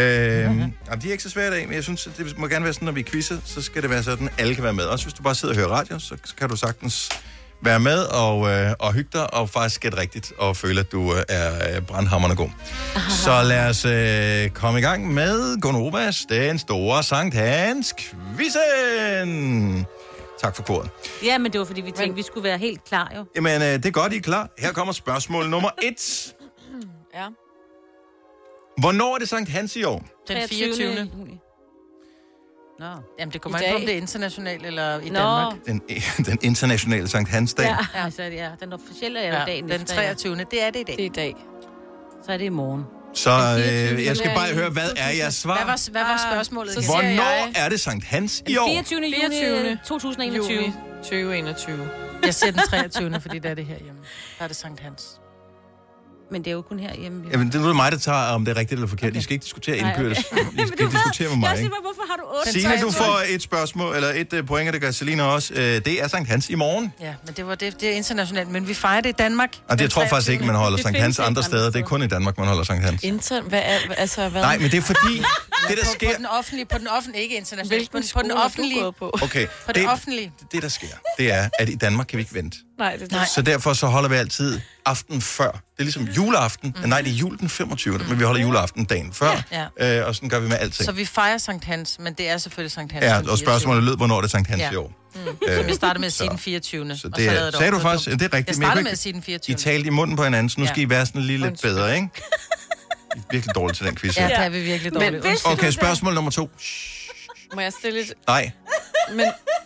De er ikke så svære i dag, men jeg synes, at det må gerne være sådan, når vi quizzer, så skal det være sådan, at alle kan være med. Også hvis du bare sidder og hører radio, så kan du sagtens være med og hygge dig, og faktisk gætte rigtigt, og føle, at du er brandhamrende god. Så lad os komme i gang med Gonovas, den store Sankt Hans quizzen. Tak for koret.
Ja, men det var fordi, vi tænkte, vi skulle være helt klar, jo.
Jamen, det er godt, I er klar. Her kommer spørgsmål nummer 1.
Ja.
Hvornår er det Sankt Hans i år?
Den 24. juni. Nå. Jamen, det kommer ikke om det er internationalt eller i Danmark.
Den internationale Sankt Hans dag.
Ja, altså, den officielle er dagen
den 23. Det er det i dag.
Det er i dag.
Så er det i morgen.
Så jeg skal bare høre, hvad er jeres svar?
Hvad var spørgsmålet?
Hvornår er det Sankt Hans i år?
24. juni 2021.
2021.
Jeg siger den 23. fordi det er det her hjemme. Der er det Sankt Hans.
Men det er jo kun herhjemme.
Jamen, det er mig, der tager, om det er rigtigt eller forkert. I skal ikke diskutere indbyrdes. I skal diskutere med mig.
Jeg siger bare, hvorfor har du 8?
Signe, du får et spørgsmål, eller et point, og det gør Selina også. Det er Sankt Hans i morgen.
Ja, men det er internationalt, men vi fejrer det i Danmark.
Og jeg tror faktisk ikke, man holder Sankt Hans andre steder. Det er kun i Danmark, man holder Sankt Hans.
Hvad?
Nej, men det er fordi, det der sker...
På den offentlige, ikke internationalt. På den offentlige.
Okay,
på det offentlige.
Det, der sker, det er, at i Danmark kan vi ikke vente.
Nej.
Så derfor så holder vi altid aften før. Det er ligesom juleaften. Nej, det er jul den 25. Men vi holder juleaften dagen før. Ja. Og sådan gør vi med alting.
Så vi fejrer Sankt Hans, men det er selvfølgelig Sankt Hans.
Ja, og spørgsmålet lød, hvornår er det Sankt Hans i år?
Så vi startede med at sige den 24.
Så det er, sagde du faktisk, det er rigtigt.
Jeg startede med at sige den 24.
I talte i munden på hinanden, så nu skal I være sådan lige lidt bedre, ikke? I er virkelig dårlige til den quiz.
Ja, det er vi virkelig dårlige.
Okay, spørgsmål nummer 2.
Må jeg stille et...
Nej.
Men...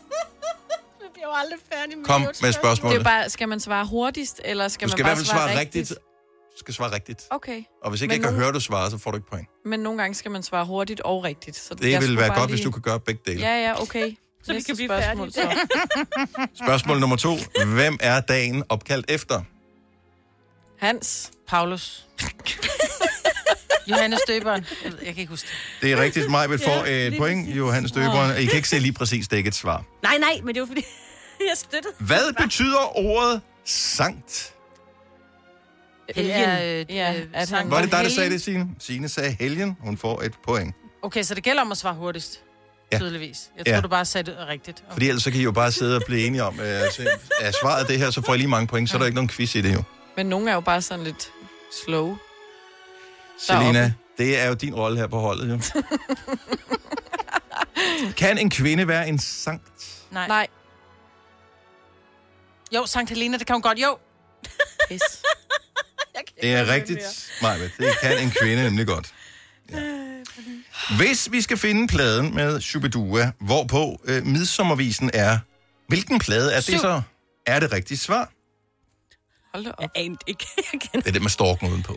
aldrig færdig med
kom med spørgsmålet.
Det er bare, skal man svare hurtigst, eller skal man bare svare rigtigt?
Du skal svare rigtigt.
Okay.
Og hvis ikke jeg kan høre, du svarer, så får du ikke point.
Men nogle gange skal man svare hurtigt og rigtigt. Så
det vil være godt, hvis du kan gøre begge dele.
Ja, okay.
Så vi kan blive færdige.
Spørgsmål nummer 2. Hvem er dagen opkaldt efter?
Hans.
Paulus. Johannes Døberen. Jeg kan ikke huske det.
Det er rigtigt. Majbet får et point. Johannes Døberen. I kan ikke se lige præcis, det er ikke et svar.
Nej, men det var fordi... Jeg støttede.
Hvad betyder ordet sankt?
Helgen.
Var det dig, der sagde det, Signe? Signe sagde helgen. Hun får et point.
Okay, så det gælder om at svare hurtigst.
Ja.
Tydeligvis. Jeg tror, du bare sagde det rigtigt. Okay.
Fordi ellers så kan I jo bare sidde og blive enige om, er svaret det her, så får I lige mange point, så er der ikke nogen quiz i det jo.
Men nogle er jo bare sådan lidt slow.
Selina, det er jo din rolle her på holdet, jo. Kan en kvinde være en sankt?
Nej. Jo, Sankt Helena, det kan hun godt. Jo.
Yes.
Det er rigtigt, Maja. Det kan en kvinde nemlig godt. Ja. Hvis vi skal finde pladen med Shubidua, hvorpå midsommervisen er, hvilken plade er det så? Er det rigtigt svar?
Hold da op.
Jeg anede ikke.
Det er det med storken udenpå.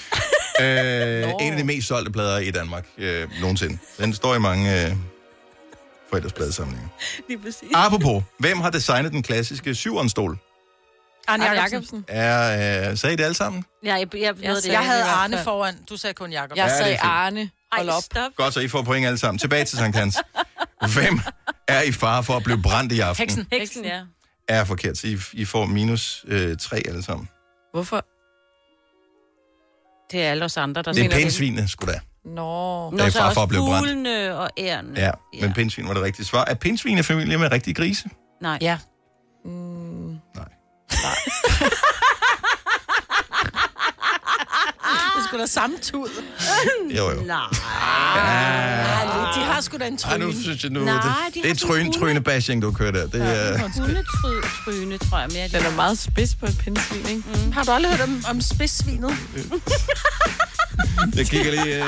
En af de mest solgte plader i Danmark nogensinde. Den står i mange forældrespladesamlinger.
Lige præcis.
Apropos, hvem har designet den klassiske syvernstol?
Arne Jacobsen.
Sagde I det alle sammen?
Jeg havde Arne foran. Du sagde kun Jacobsen.
Jeg sagde Arne. Hold op.
Stop.
Godt, så I får point alle sammen. Tilbage til Sankt Hans. Hvem er i fare for at blive brændt i aften?
Heksen, ja.
Er forkert, så I får minus 3 alle sammen.
Hvorfor?
Det er alle os andre, der
det er pindsvinene, sgu da.
Nå.
Der er i fare for at blive brændt.
Fuglene og ærerne.
Ja, men pindsvin var det rigtige svar. Er pindsvin familie med rigtige grise?
Nej.
Ja.
Nej.
Det skulle da samme tud.
Jo.
Nej. De har sgu da en tryne.
Nu synes jeg
det
er trynebashing, du kører der. Det er
Hundetryne, tror jeg mere.
Den er meget spids på et pindsvin, ikke?
Mm. Har du aldrig hørt om spidssvinet?
Jeg kigger lige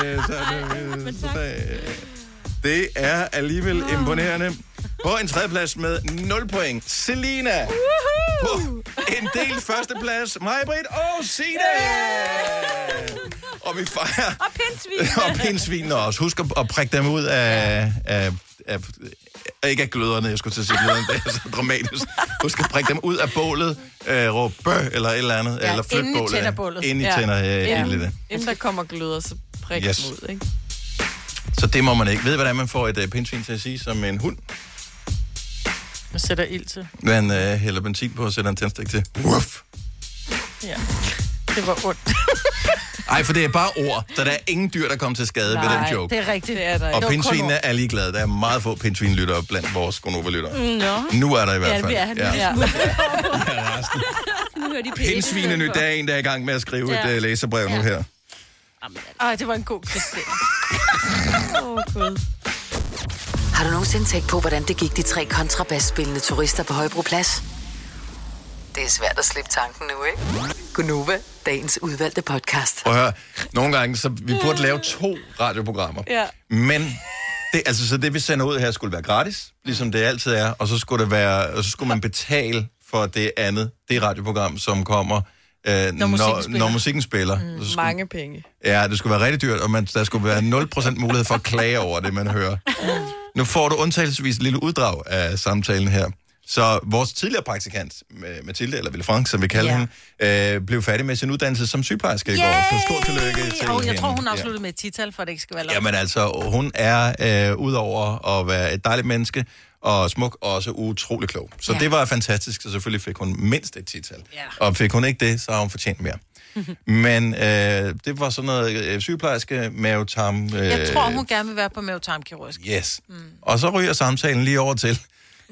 det er alligevel imponerende. På en tredjeplads med 0 point. Selina. På en del førsteplads. Maj-Brit og Signe. Og vi fejrer.
Og pindsvin.
Og pindsvinene også. Husk at prikke dem ud af ikke af gløderne, jeg skulle til at sige gløderne, det er så dramatisk. Husk at prikke dem ud af bålet, råb bøh, eller et eller andet, eller flyt bålet. Inden I tænder det.
Inden der kommer gløder, så prik dem ud, ikke?
Så det må man ikke. Ved hvordan man får et pindsvin til at sige som en hund?
Man sætter ild til.
Man hælder benzin på og sætter en tændstik til. Uff.
Ja, det var ondt.
Ej, for det er bare ord, så der er ingen dyr, der kommer til skade ved den joke.
Det er rigtigt. Det er der.
Og pindsvinene er ligeglade. Der er meget få pindsvinlyttere blandt vores Gonova-lyttere. Nu er der i hvert fald.
Ja, det er
resten. Pindsvinene, der er en, der er i gang med at skrive et læserbrev nu her.
Ej, det var en god kvist.
God. Har du nogensinde tænkt på, hvordan det gik de 3 kontrabasspillende turister på Højbroplads? Det er svært at slippe tanken nu, ikke? Gonova, dagens udvalgte podcast.
Prøv at høre, nogle gange, så vi burde lave 2 radioprogrammer.
Ja.
Men så det vi sender ud her skulle være gratis, ligesom det altid er, og så skulle man betale for det andet, det radioprogram, som kommer, når musikken spiller.
Mange penge.
Ja, det skulle være rigtig dyrt, og der skulle være 0% mulighed for at klage over det, man hører. Nu får du undtagelsesvis et lille uddrag af samtalen her. Så vores tidligere praktikant, Mathilde, eller Ville Frank, som vi kalder hende, blev færdig med sin uddannelse som sygeplejerske i går. Så stort tillykke til hende.
Jeg tror, hun afsluttede med et 10-tal, for det ikke skal være langt.
Jamen altså, hun er udover at være et dejligt menneske, og smuk, og også utrolig klog. Så det var fantastisk, så selvfølgelig fik hun mindst et 10-tal. Ja. Og fik hun ikke det, så har hun fortjent mere. Men det var sådan noget sygeplejerske, mavetarm...
jeg tror, hun gerne vil være på mavetarmkirurgisk.
Yes. Og så ryger samtalen lige over til...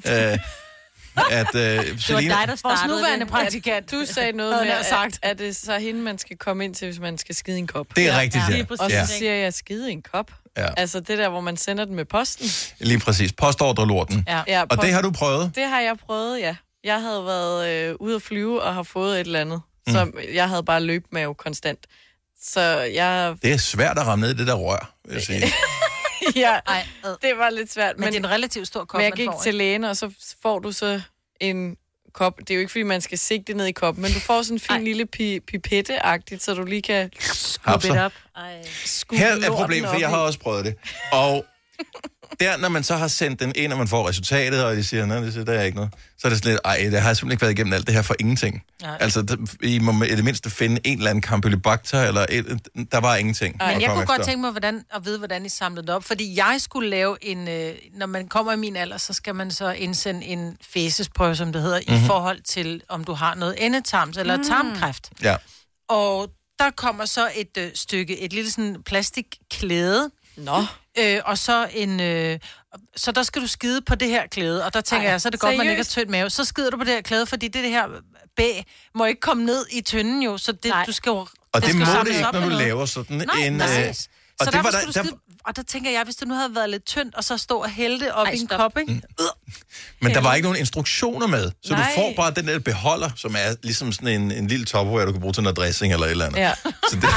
at Selina...
Vores nuværende praktikant.
Du sagde noget med, at det så hende, man skal komme ind til, hvis man skal skide i en kop.
Det er rigtigt, ja.
Og så siger jeg, skide i en kop. Ja. Altså det der, hvor man sender den med posten.
Lige præcis. Postordrelorten.
Ja,
og det har du prøvet?
Det har jeg prøvet, ja. Jeg havde været ude at flyve og har fået et eller andet. Så jeg havde bare løbmave konstant. Så jeg...
Det er svært at ramme ned i det der rør, vil jeg sige.
Ja, det var lidt svært.
Men det er en relativt stor kop,
men jeg gik til lægen, og så får du så en kop. Det er jo ikke, fordi man skal sigte ned i koppen, men du får sådan en fin lille pipette-agtigt, så du lige kan skubbe det op.
Her er problemet, for jeg har også prøvet det. Og der, når man så har sendt den ind, og man får resultatet, og de siger, nej, det er ikke noget, så er det sådan lidt, det har jeg simpelthen ikke været igennem alt det her for ingenting. Nej. Altså, I må i det mindste finde en eller anden Campylobacter, eller der var ingenting.
Men jeg kunne godt tænke mig at vide, hvordan I samlede det op, fordi jeg skulle lave når man kommer i min alder, så skal man så indsende en fæsesprøve, som det hedder, i forhold til, om du har noget endetarms eller tarmkræft.
Ja.
Og der kommer så et lille sådan plastikklæde.
Nå.
Og så så der skal du skide på det her klæde, og der tænker jeg, så er det godt, man ikke har tynd mave. Så skider du på det her klæde, fordi det her bæg må ikke komme ned i tynden jo, så det, du skal jo...
Og det må det ikke, når du laver sådan en...
Og så derfor skal du skide... Og der tænker jeg, hvis det nu havde været lidt tyndt, og så stå og hælde det op i en kop, ikke?
Men der var ikke nogen instruktioner med, så du får bare den der beholder, som er ligesom sådan en lille topper, du kan bruge til noget dressing eller et eller andet.
Ja.
Så det,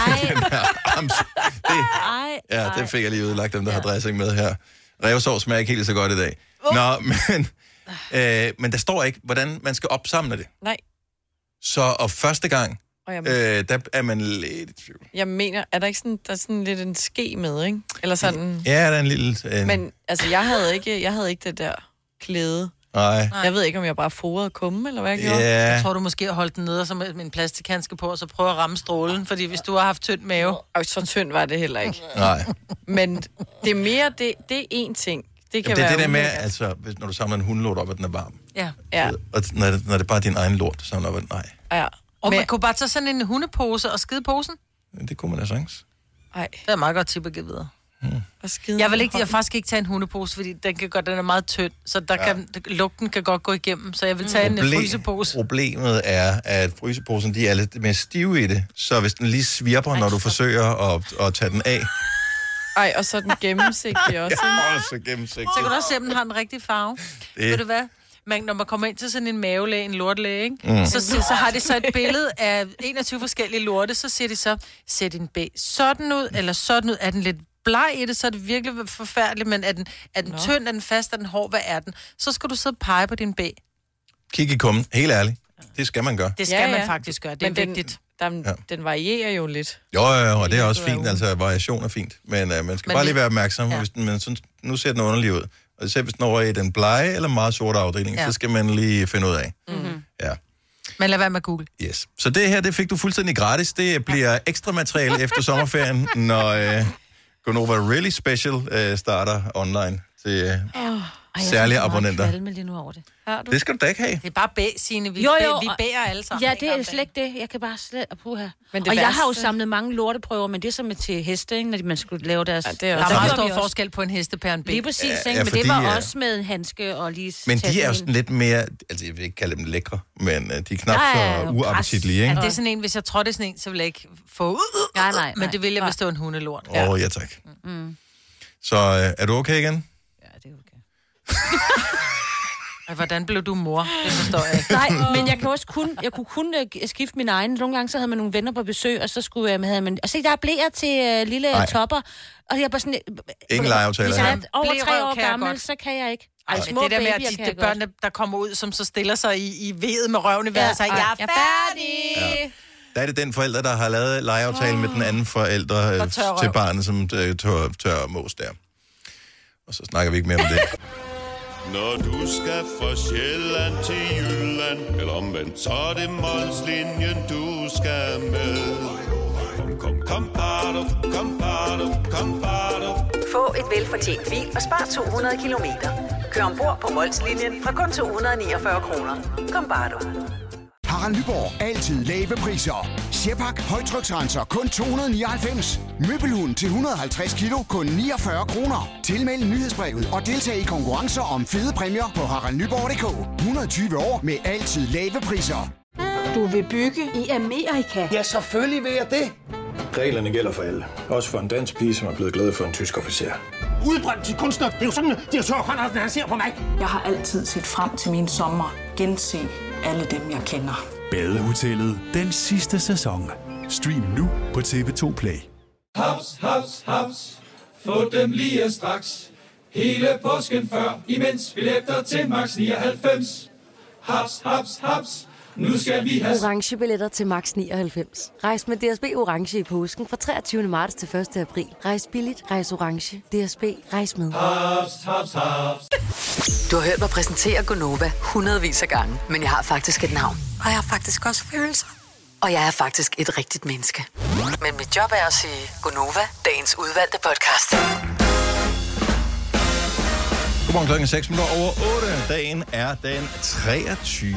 det fik jeg lige udlagt, dem der har dressing med her. Revsovs smager ikke helt så godt i dag. Men der står ikke, hvordan man skal opsamle det.
Nej.
Så og første gang, der er man lidt i tvivl.
Jeg mener, er der ikke sådan, der er sådan lidt en ske med, ikke? Eller sådan...
Ja, der er en lille...
Men altså, jeg havde ikke det der klæde.
Nej.
Jeg ved ikke, om jeg bare forede kumme, eller hvad jeg gjorde.
Jeg tror, du måske har holdt den nede som med en plastikhandske på, og så prøve at ramme strålen, fordi hvis du har haft tynd mave...
Og så tynd var det heller ikke.
Nej.
Men det er mere, det er én ting. Det kan
det er
være
det der med, altså, når du samler en hundelort op, at den er varm.
Ja.
Og når det er bare din egen lort, du samler op, at nej.
Ja.
Og man kunne bare tage sådan en hundepose og skide posen?
Det kunne man da sagtens.
Nej.
Det er meget godt tip at give videre. Jeg vil faktisk ikke tage en hundepose, fordi den er meget tynd, så lugten kan godt gå igennem, så jeg vil tage en frysepose.
Problemet er, at fryseposen, de er lidt mere stive i det, så hvis den lige svirper, når du forsøger at tage den af.
Ej, og så er den gennemsigtig også.
Ja, også gennemsigtig.
Så kan du også se, om den har den rigtige farve. Ved du hvad? Når man kommer ind til sådan en mavelæge, en lortlæge, ikke? Så har de så et billede af 21 forskellige lorte, så siger de så, ser din bæg sådan ud, eller sådan ud, er den lidt bleg i det, så er det virkelig forfærdeligt, men er den tynd, er den fast, er den hård, hvad er den? Så skal du sidde og pege på din bæg.
Kig i kummen, helt ærligt. Det skal man gøre.
Det skal man faktisk gøre, det er vigtigt.
Den varierer jo lidt.
Jo, og det er også fint, altså variation er fint, men man skal bare lige være opmærksom, hvis nu ser den underlig ud. Og selv hvis den over i den blege eller meget sorte afdeling, så skal man lige finde ud af.
Mm-hmm.
Ja.
Men lad være med Google.
Yes. Så det her, det fik du fuldstændig gratis. Det bliver ekstra materiale efter sommerferien, når Gonova Really Special starter online til særlige abonnenter.
Jeg lige nu over det.
Det skal du da ikke have.
Det er bare bæg, Signe. Vi bærer alle sammen.
Ja, det er slet ikke det. Jeg kan bare slet... Og jeg har jo samlet mange lorteprøver, men det er som til heste, ikke, når man skulle lave deres...
Ja, der er meget stor forskel på en hestepære og en bæg.
Lige præcis, ikke? Men det var også med en handske og lige...
Men de er jo sådan lidt mere... Altså, jeg vil ikke kalde dem lækre, men de er knap så uappetitlige, ikke?
Ja, det er sådan en, hvis jeg tror, det er sådan en, så vil jeg ikke få...
Nej.
Men det vil jeg, hvis det var en hundelort.
Ja, tak. Så er du okay igen?
Ja, det er okay.
Hvordan blev du mor? Det forstår jeg ikke.
Nej, men jeg kunne kun skifte min egen. Nogle gange så havde man nogle venner på besøg, og så skulle man... Og se, der er blæer til lille topper. Og jeg bare sådan...
Ingen legeaftaler.
Hvis jeg er over 3 år gammel, så kan jeg ikke.
Ej, det der med, at de børn, der kommer ud, som så stiller sig i vedet med røven i vejret, og siger, jeg er færdig!
Ja. Der er det den forælder, der har lavet legeaftale med den anden forældre til barnet, som tør mås der. Og så snakker vi ikke mere om det.
Når du skal fra Sjælland til Jylland, eller omvendt, så er det Molslinjen, du skal med. Kom, bado, kom, bado.
Få et velfortjent bil og spar 200 kilometer. Kør ombord på Molslinjen fra kun 249 kroner. Kom, bado.
Harald Nyborg. Altid lave priser. Sjehpak. Højtryksrenser. Kun 299. Møbelhund til 150 kilo. Kun 49 kroner. Tilmeld nyhedsbrevet og deltag i konkurrencer om fede præmier på haraldnyborg.dk. 120 år med altid lave priser.
Du vil bygge i Amerika?
Ja, selvfølgelig vil jeg det. Reglerne gælder for alle. Også for en dansk pige, som er blevet glad for en tysk officer.
Udbrændt til kunstner. Det er jo sådan, at direktør Conradsen, han ser på mig. Jeg har altid set frem til min sommer. Gense alle dem, jeg kender.
Badehotellet den sidste sæson. Stream nu på TV2 Play.
Haps, haps, haps. Få dem lige straks. Hele påsken før, imens billetter til max 99. Haps, haps, haps. Nu skal vi have
Orange billetter til max 99. Rejs med DSB Orange i påsken fra 23. marts til 1. april. Rejs billigt, rejs orange. DSB, rejs med.
haps, haps, haps.
Du har hørt mig præsentere Gonova hundredvis af gange, men jeg har faktisk et navn. Og jeg har faktisk også følelser. Og jeg er faktisk et rigtigt menneske. Men mit job er at sige Gonova, dagens udvalgte podcast.
Godmorgen, klokken 6 minutter over 8. Dagen er den 23.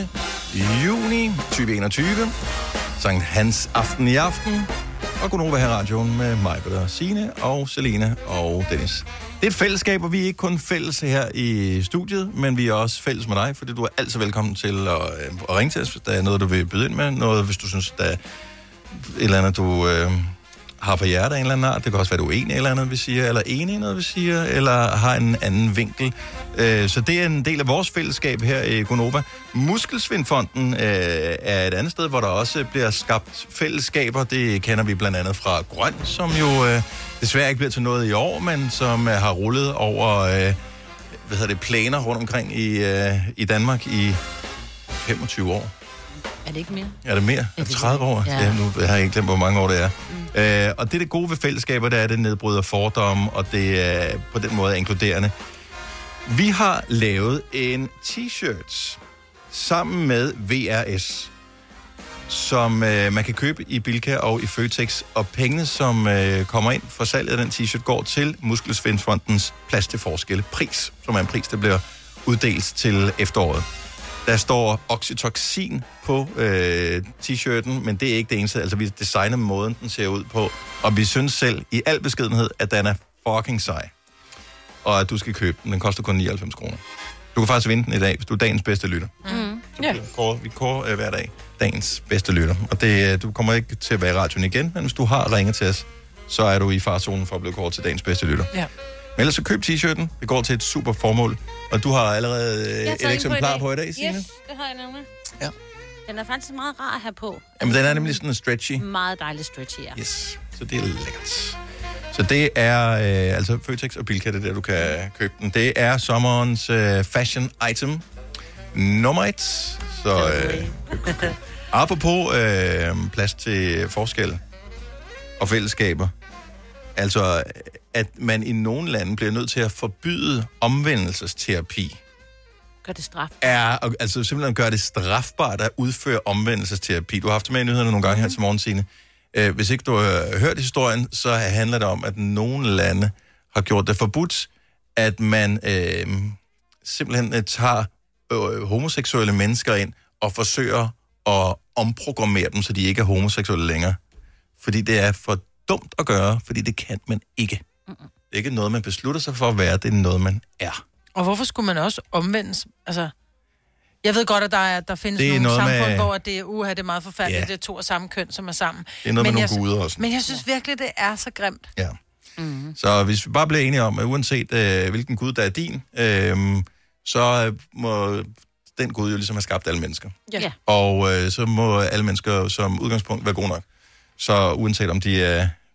juni 2021. Sankt Hans aften i aften. Og Gonova her i radioen med mig, Signe og Selina og Dennis. Det er et fællesskab, og vi er ikke kun fælles her i studiet, men vi er også fælles med dig, fordi du er altid velkommen til at ringe til os, hvis der er noget, du vil byde ind med. Noget, hvis du synes, der er et eller andet, du har på hjertet af en eller anden art. Det kan også være, du er enig i eller andet, vi siger, eller enig i noget, vi siger, eller har en anden vinkel. Så det er en del af vores fællesskab her i Gonova. Muskelsvindfonden er et andet sted, hvor der også bliver skabt fællesskaber. Det kender vi blandt andet fra Grøn, som jo desværre ikke bliver til noget i år, men som har rullet over planer rundt omkring i Danmark i 25 år.
Er det ikke mere?
Er det mere?
Ja, det
30 år?
Ja.
Ja, nu har jeg ikke glemt, hvor mange år det er. Og det gode ved fællesskaber, det er, det nedbryder fordomme, og det er på den måde inkluderende. Vi har lavet en t-shirt sammen med VRS, som man kan købe i Bilka og i Føtex, og pengene, som kommer ind for salget af den t-shirt, går til Muskelsvindfondens Plads til Forskel pris, som er en pris, der bliver uddelt til efteråret. Der står oxytocin på t-shirten, men det er ikke det eneste. Altså, vi designer måden, den ser ud på. Og vi synes selv, i al beskedenhed, at den er fucking sej. Og at du skal købe den. Den koster kun 99 kroner. Du kan faktisk vinde den i dag, hvis du er dagens bedste lytter.
Mm. Ja.
Vi kårer hver dag dagens bedste lytter. Og du kommer ikke til at være i radioen igen, men hvis du har ringet til os, så er du i farzonen for at blive kåret til dagens bedste lytter.
Ja.
Men ellers så køb t-shirten. Det går til et super formål. Og du har allerede et eksemplar på i dag, Signe?
Yes, det har jeg nemlig.
Ja.
Den er faktisk meget rar at have på.
Jamen, den er nemlig sådan stretchy.
Meget dejlig stretchy, ja.
Yes, så det er lækkert. Så det er altså Føtex og Bilka, det der, du kan købe den. Det er sommerens fashion item nummer 1. Så apropos plads til forskel og fællesskaber. Altså, at man i nogle lande bliver nødt til at forbyde omvendelsesterapi.
Gør det strafbart.
Altså simpelthen gør det strafbart at udføre omvendelsesterapi. Du har haft det med i nyhederne nogle gange her til morgen, Signe. Hvis ikke du har hørt historien, så handler det om, at nogle lande har gjort det forbudt, at man simpelthen tager homoseksuelle mennesker ind og forsøger at omprogrammere dem, så de ikke er homoseksuelle længere. Fordi det er for dumt at gøre, fordi det kan man ikke. Det er ikke noget, man beslutter sig for at være, det er noget, man er.
Og hvorfor skulle man også omvendes? Altså, jeg ved godt, at der findes
det
nogle samfund,
med,
hvor det er meget forfærdeligt,
ja.
Det er to af samme køn, som er sammen.
Det er noget med nogle guder også.
Men jeg synes virkelig, det er så grimt.
Ja. Mm-hmm. Så hvis vi bare bliver enige om, at uanset hvilken gud, der er din, så må den gud jo ligesom have skabt alle mennesker.
Ja.
Og så må alle mennesker som udgangspunkt være gode nok. Så uanset om de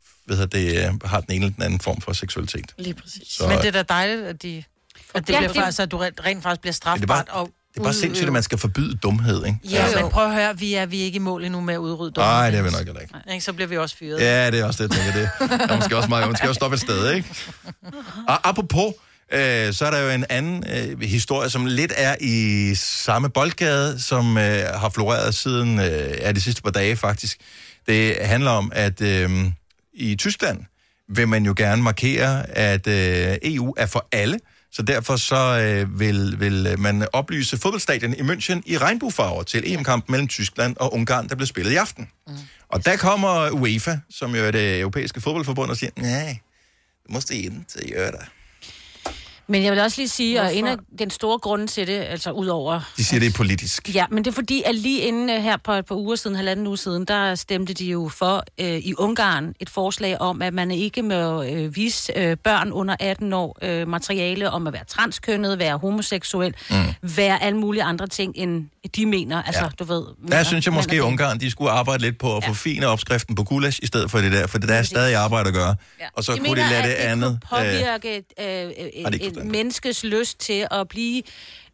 har den ene eller den anden form for seksualitet.
Lige præcis.
Så,
men det er da dejligt, at det bliver faktisk, at du rent faktisk bliver strafbart.
Det er bare sindssygt, at man skal forbyde dumhed, ikke?
Ja, men prøv at høre, vi er ikke i mål endnu med at udrydde dumhed.
Nej, det er vi nok ikke.
Nej, så bliver vi også fyret.
Ja, det er også det, jeg tænker det. Der måske også meget, man skal også stoppe et sted, ikke? Og apropos, så er der jo en anden historie, som lidt er i samme boldgade, som har floreret siden de sidste par dage, faktisk. Det handler om, at i Tyskland vil man jo gerne markere, at EU er for alle. Så derfor så vil man oplyse fodboldstadion i München i regnbuefarver til EM-kampen mellem Tyskland og Ungarn, der bliver spillet i aften. Mm. Og der kommer UEFA, som jo er det europæiske fodboldforbund, og siger, nej, du måste ikke gøre det.
Men jeg vil også lige sige, at en af den store grunde til det, altså udover...
De siger, det er politisk.
Ja, men det er fordi, at lige inden her på et par uger siden, 1,5 uge siden, der stemte de jo for i Ungarn et forslag om, at man ikke må vise børn under 18 år materiale om at være transkønnet, være homoseksuel, være alle mulige andre ting, end de mener. Altså, du ved...
Der synes jeg måske, at Ungarn, de skulle arbejde lidt på at få fine opskriften på gulasch, i stedet for det der, for der er stadig arbejde at gøre. Ja. Og så kunne de lade det andet...
påvirke et menneskes lyst til at blive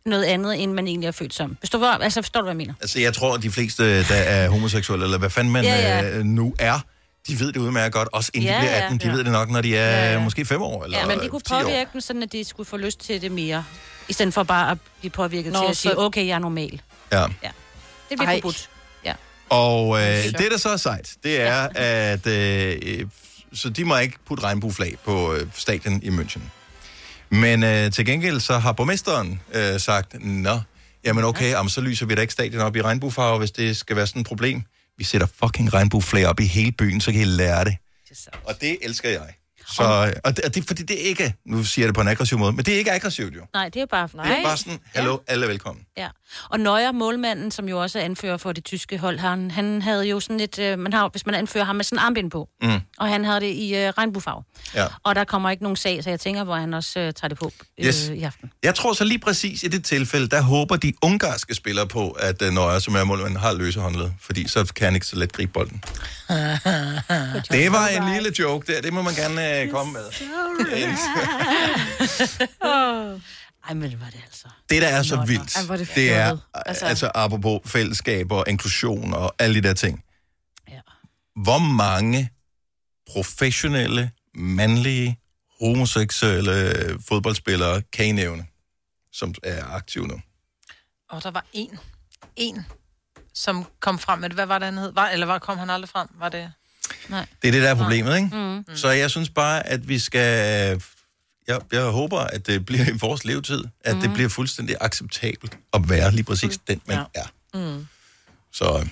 noget andet, end man egentlig er født som. Forstår du, hvad jeg mener?
Altså, jeg tror, at de fleste, der er homoseksuelle, eller hvad fanden man nu er, de ved det udmærket godt, også inden de bliver 18. De ved det nok, når de er måske 5 år, eller 10 år.
Ja, men de kunne påvirke dem, sådan at de skulle få lyst til det mere, i stedet for bare at blive påvirket til at sige, okay, jeg er normal.
Ja.
Det bliver forbudt. Ja.
Og det, der så er sejt, det er, at så de må ikke putte regnbueflag på stadion i München. Men til gengæld så har borgmesteren sagt, jamen okay, så lyser vi da ikke stadion op i regnbuefarver, hvis det skal være sådan et problem. Vi sætter fucking regnbueflag op i hele byen, så kan I lære det. Og det elsker jeg. Så, og det er fordi, det er ikke, nu siger jeg det på en aggressiv måde, men det er ikke aggressivt jo.
Nej, det er bare...
Det er bare sådan, hallo, alle er velkommen.
Ja, og Neuer, målmanden, som jo også er anfører for det tyske hold, han havde jo sådan et... hvis man anfører ham med sådan en armbind på, og han havde det i regnbuefarve. Ja. Og der kommer ikke nogen sag, så jeg tænker, hvor han også tager det på i aften.
Jeg tror så lige præcis i det tilfælde, der håber de ungarske spillere på, at Neuer, som er målmanden, har løse håndled, fordi så kan han ikke så let gribe bolden. Det var en lille joke der, det må man gerne komme med.
Ej, men det var det altså.
Det, der er så vildt, det er altså apropos fællesskab og inklusion og alle de der ting. Ja. Hvor mange professionelle, mandlige, homoseksuelle fodboldspillere kan I nævne, som er aktive nu?
Og der var en, som kom frem med det. Hvad var det, han hed? Eller kom han aldrig frem? Var det...
Nej.
Det er det, der er problemet, ikke? Så jeg synes bare, at vi skal... Jeg håber, at det bliver i vores levetid, at det bliver fuldstændig acceptabelt at være lige præcis den, man er. Så...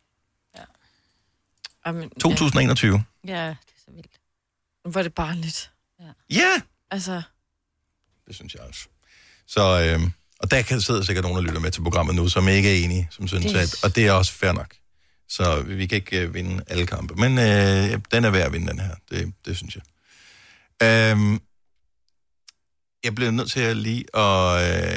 Ja.
2021.
Ja, det er så vildt.
Var det barnligt?
Ja!
Altså...
Det synes jeg også. Så... Og der kan sidde sikkert nogen, der lytter med til programmet nu, som ikke er enige, som synes, at... Og det er også fair nok. Så vi kan ikke vinde alle kampe. Men den er værd at vinde, den her. Det synes jeg. Jeg bliver nødt til at lige at...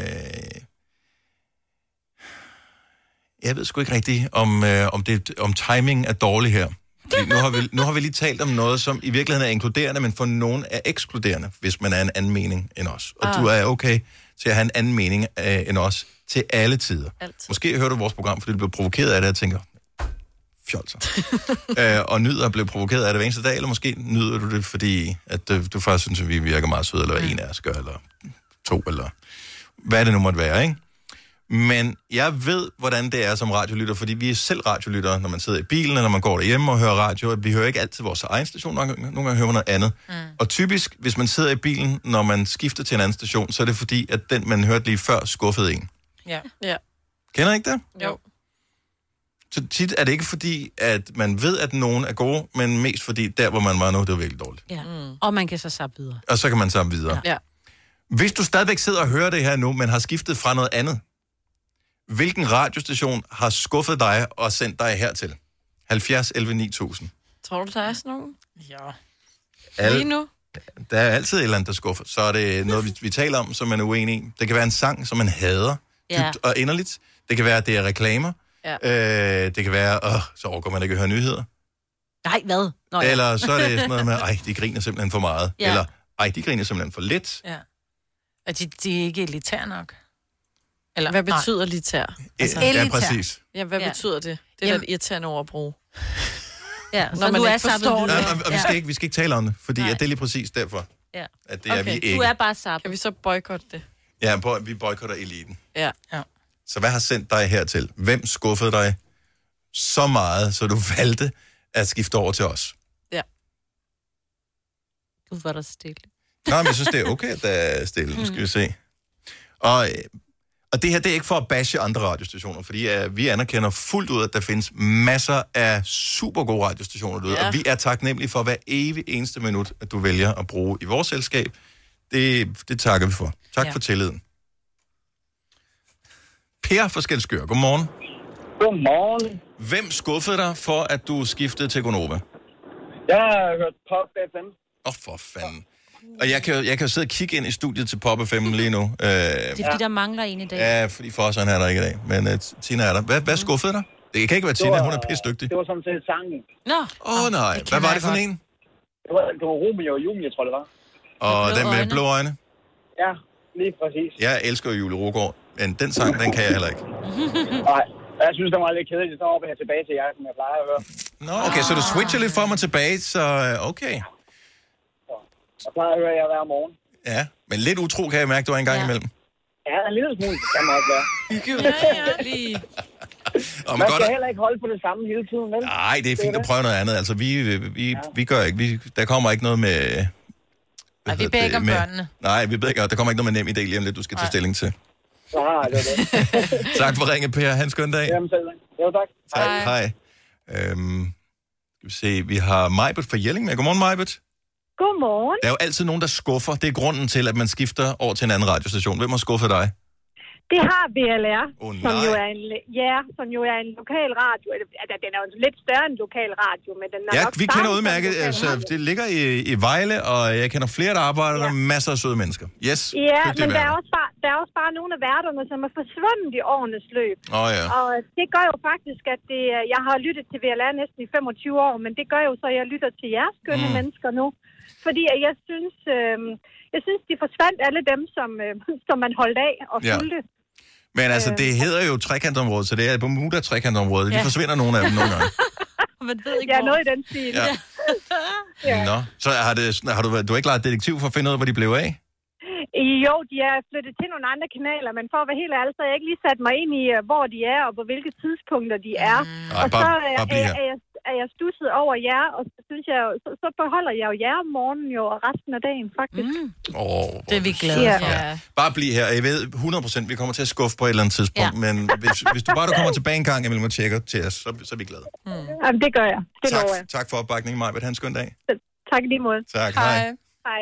Jeg ved sgu ikke rigtigt, om timing er dårlig her. Nu har vi lige talt om noget, som i virkeligheden er inkluderende, men for nogen er ekskluderende, hvis man er en anden mening end os. Og du er okay til at have en anden mening end os til alle tider. Altid. Måske hører du vores program, fordi du bliver provokeret af det, og tænker, fjolser. Og nyder at blive provokeret af det hver eneste dag, eller måske nyder du det, fordi at du faktisk synes, at vi virker meget søde, eller en af os gør, eller 2, eller hvad det nu måtte være, ikke? Men jeg ved, hvordan det er som radiolytter, fordi vi er selv radiolyttere, når man sidder i bilen, eller når man går derhjemme og hører radio. Vi hører ikke altid vores egen station, nogle gange hører man noget andet. Og typisk, hvis man sidder i bilen, når man skifter til en anden station, så er det fordi, at den, man hørte lige før, skuffede en.
Ja.
Kender I ikke det?
Jo.
Så tit er det ikke fordi, at man ved, at nogen er gode, men mest fordi, der hvor man var nu, det var virkelig dårligt.
Ja. Og man kan så zappe videre.
Og så kan man zappe videre.
Ja.
Hvis du stadigvæk sidder og hører det her nu, men har skiftet fra noget andet, hvilken radiostation har skuffet dig og sendt dig hertil? 70 11 9000.
Tror du, der er sådan nogen?
Ja.
Lige nu?
Der er altid et eller andet, der skuffer. Så er det noget, vi taler om, som man er uenig i. Det kan være en sang, som man hader dybt og inderligt. Det kan være, at det er reklamer. Ja. Det kan være, så overgår man ikke at høre nyheder.
Nej, hvad? Nå, ja.
Eller så er det sådan noget med, de griner simpelthen for meget. Ja. Eller, de griner simpelthen for lidt.
Ja. Og de er ikke elitære nok. Eller,
hvad betyder elitær?
Altså, ja, præcis.
Ja, hvad betyder det? Det er da irriterende ord at bruge.
Ja,
når man ikke forstår det.
Og vi skal ikke tale om det, fordi at det er lige præcis derfor, at det er vi ikke.
Du er bare sap.
Kan vi så boykotte det?
Ja, vi boykotter eliten.
Ja.
Så hvad har sendt dig hertil? Hvem skuffede dig så meget, så du valgte at skifte over til os?
Ja.
Gud, var der stille.
Nej, men jeg synes, det er okay, at der er stille. Nu skal vi se. Og det her, det er ikke for at bashe andre radiostationer, fordi vi anerkender fuldt ud, at der findes masser af super gode radiostationer derude, og vi er taknemmelige for hver evig eneste minut, at du vælger at bruge i vores selskab. Det takker vi for. Tak for tilliden. Per fra Skælskør, godmorgen.
Godmorgen.
Hvem skuffede dig for, at du skiftede til Gonova?
Jeg har hørt Pop FM.
For fanden. Og jeg kan jo sidde og kigge ind i studiet til Pop FM lige nu.
Det er fordi, der mangler en i dag.
Ja, fordi Fosseren er der ikke i dag. Men Tina er der. Hvad skuffede dig? Det kan ikke være Tina, hun er pisdygtig.
Det var sådan set sangen.
Nå.
Nej. Hvad var det for en?
Det var Romeo og Julie, tror jeg, det var.
Og den med blå øjne?
Ja, lige præcis.
Jeg elsker Julie Rugård. Men den sang, den kan jeg heller ikke.
Nej, jeg synes, det var lidt kedeligt. Så hopper jeg tilbage til jer, som jeg plejer at høre.
Nå, okay, så du switcher lidt for mig tilbage, så okay.
Jeg plejer at høre jer hver morgen.
Ja, men lidt utro kan jeg mærke, du er en gang imellem.
Ja, en lille smule, det kan man også være.
Lige.
Og
man skal heller ikke holde på det samme hele tiden, vel?
Nej, det er fint at prøve noget andet. Altså, vi gør ikke. Der kommer ikke noget med...
Nej, vi beder ikke om børnene.
Nej, vi beder ikke. Der kommer ikke noget med nem idé lige om lidt, du skal tage stilling til.
Nej, det er det.
Tak for ringe, Per. Ha' en skøn dag.
Jamen selv. Jo, tak.
Hej. Skal vi se, vi har Majbert fra Jelling med. Godmorgen, Majbert.
Godmorgen.
Der er jo altid nogen, der skuffer. Det er grunden til, at man skifter over til en anden radiostation. Hvem har skuffet dig?
Det har BLR,
som
jo er en lokal radio. Den er jo lidt større end lokal radio, men den er nok
vi kender udmærket. Altså, det ligger i Vejle, og jeg kender flere, der arbejder der. Masser af søde mennesker. Yes.
Ja, men der er også bare nogle af værterne, som er forsvundet i årenes løb.
Ja.
Og det gør jo faktisk, at jeg har lyttet til BLR næsten i 25 år, men det gør jo så, at jeg lytter til jeres skønne mennesker nu. Fordi jeg synes, de forsvandt alle dem, som man holdt af og fulgte.
Men altså, det hedder jo trekantområdet, så det er Bermuda trekantområdet. De forsvinder nogle af dem nogle gange.
Man ved ikke, noget i den stil.
Ja. Nå, så har du ikke leget detektiv for at finde ud af, hvor de blev af?
Jo, de er flyttet til nogle andre kanaler, men for at være helt ærlig, så har jeg ikke lige sat mig ind i, hvor de er, og på hvilke tidspunkter de er. Og så er jeg stusset over jer, og så synes jeg, så beholder jeg jo jer om morgenen jo, og resten af dagen, faktisk.
Det er vi glade for.
Ja. Bare bliv her. Jeg ved 100%, vi kommer til at skuffe på et eller andet tidspunkt, men hvis du bare kommer tilbage en gang, jeg vil må tjekke til os, så er vi glade.
Jamen, det gør jeg. Det lover jeg.
Tak for opbakningen, Maja. Ha' en skøn dag.
Tak lige måde.
Tak, hej.
Hej.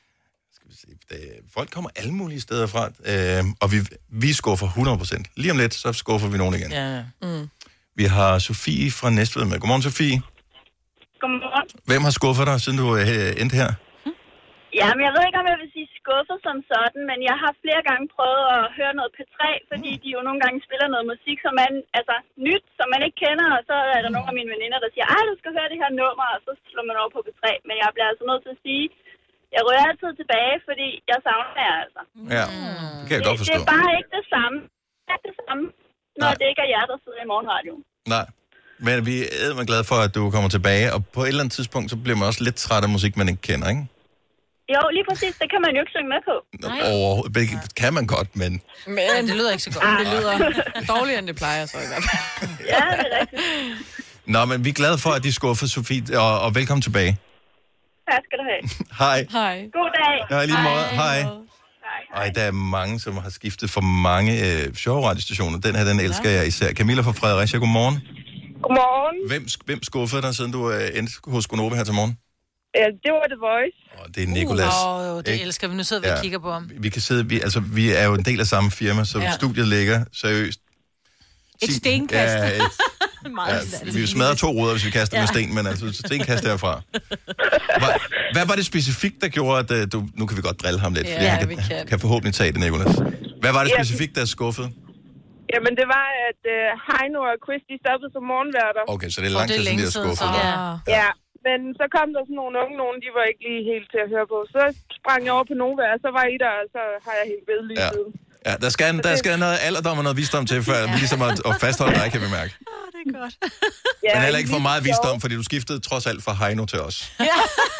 Folk kommer alle mulige steder fra, og vi skuffer 100%. Lige om lidt, så skuffer vi nogen igen.
Ja.
Vi har Sofie fra Næstved med. Godmorgen, Sofie.
Godmorgen.
Hvem har skuffet dig, siden du endte her?
Jamen, jeg ved ikke, om jeg vil sige skuffet som sådan, men jeg har flere gange prøvet at høre noget P3, fordi de jo nogle gange spiller noget musik, som man, altså nyt, som man ikke kender, og så er der nogle af mine veninder, der siger, du skal høre det her nummer, og så slår man over på P3. Men jeg bliver altså nødt til at sige, jeg rører altid tilbage, fordi jeg savner jer, altså.
Ja, det kan jeg godt forstå.
Det er bare ikke det samme. Det er det samme, når det ikke er jer, der sidder i morgenradioen.
Nej, men vi er glade for, at du kommer tilbage, og på et eller andet tidspunkt, så bliver man også lidt træt af musik, man ikke kender, ikke?
Jo, lige præcis. Det kan man jo ikke synge med på.
Overhovedet. Det kan man godt, men...
Men det lyder ikke så godt. Det lyder dårligere, end det plejer så i hvert fald.
Ja, det er rigtigt.
Nå, men vi er glade for, at de skuffer, Sofie, og velkommen tilbage.
Tak skal du have.
Hej.
Hej.
God dag.
Ja, lige måde. Hej. Ej, der er mange, som har skiftet for mange sjove radiostationer. Den her, den elsker jeg især. Camilla fra Fredericia, godmorgen.
Godmorgen.
Hvem skuffede dig, siden du endte hos Gonova her til morgen?
Ja, det var The Voice.
Det er Nicolas.
Det elsker vi. Nu sidder vi og kigger på ham.
Vi kan sidde, vi er jo en del af samme firma, så studiet ligger seriøst.
Et stenkast.
Vi smadrer 2 ruder, hvis vi kaster med sten, men altså stenkast derfra. Hvad var det specifikt, der gjorde, at nu kan vi godt drille ham lidt, fordi han kan forhåbentlig tage det, Nicolas. Hvad var det specifikt, der skuffede?
Jamen, det var, at Heino og Chris, de stoppede som morgenværter.
Okay, så det er lang tid siden, de har skuffet.
Ja, men så kom der sådan nogle unge nogen, de var ikke lige helt til at høre på. Så sprang jeg over på Nova, og så var I der, og så har jeg helt ved lige siden.
Ja, der skal noget alderdom og noget visdom til, før vi ligesom at fastholde dig, kan vi mærke.
Det er godt.
Men heller ikke for meget visdom, fordi du skiftede trods alt fra Heino til os.
Ja.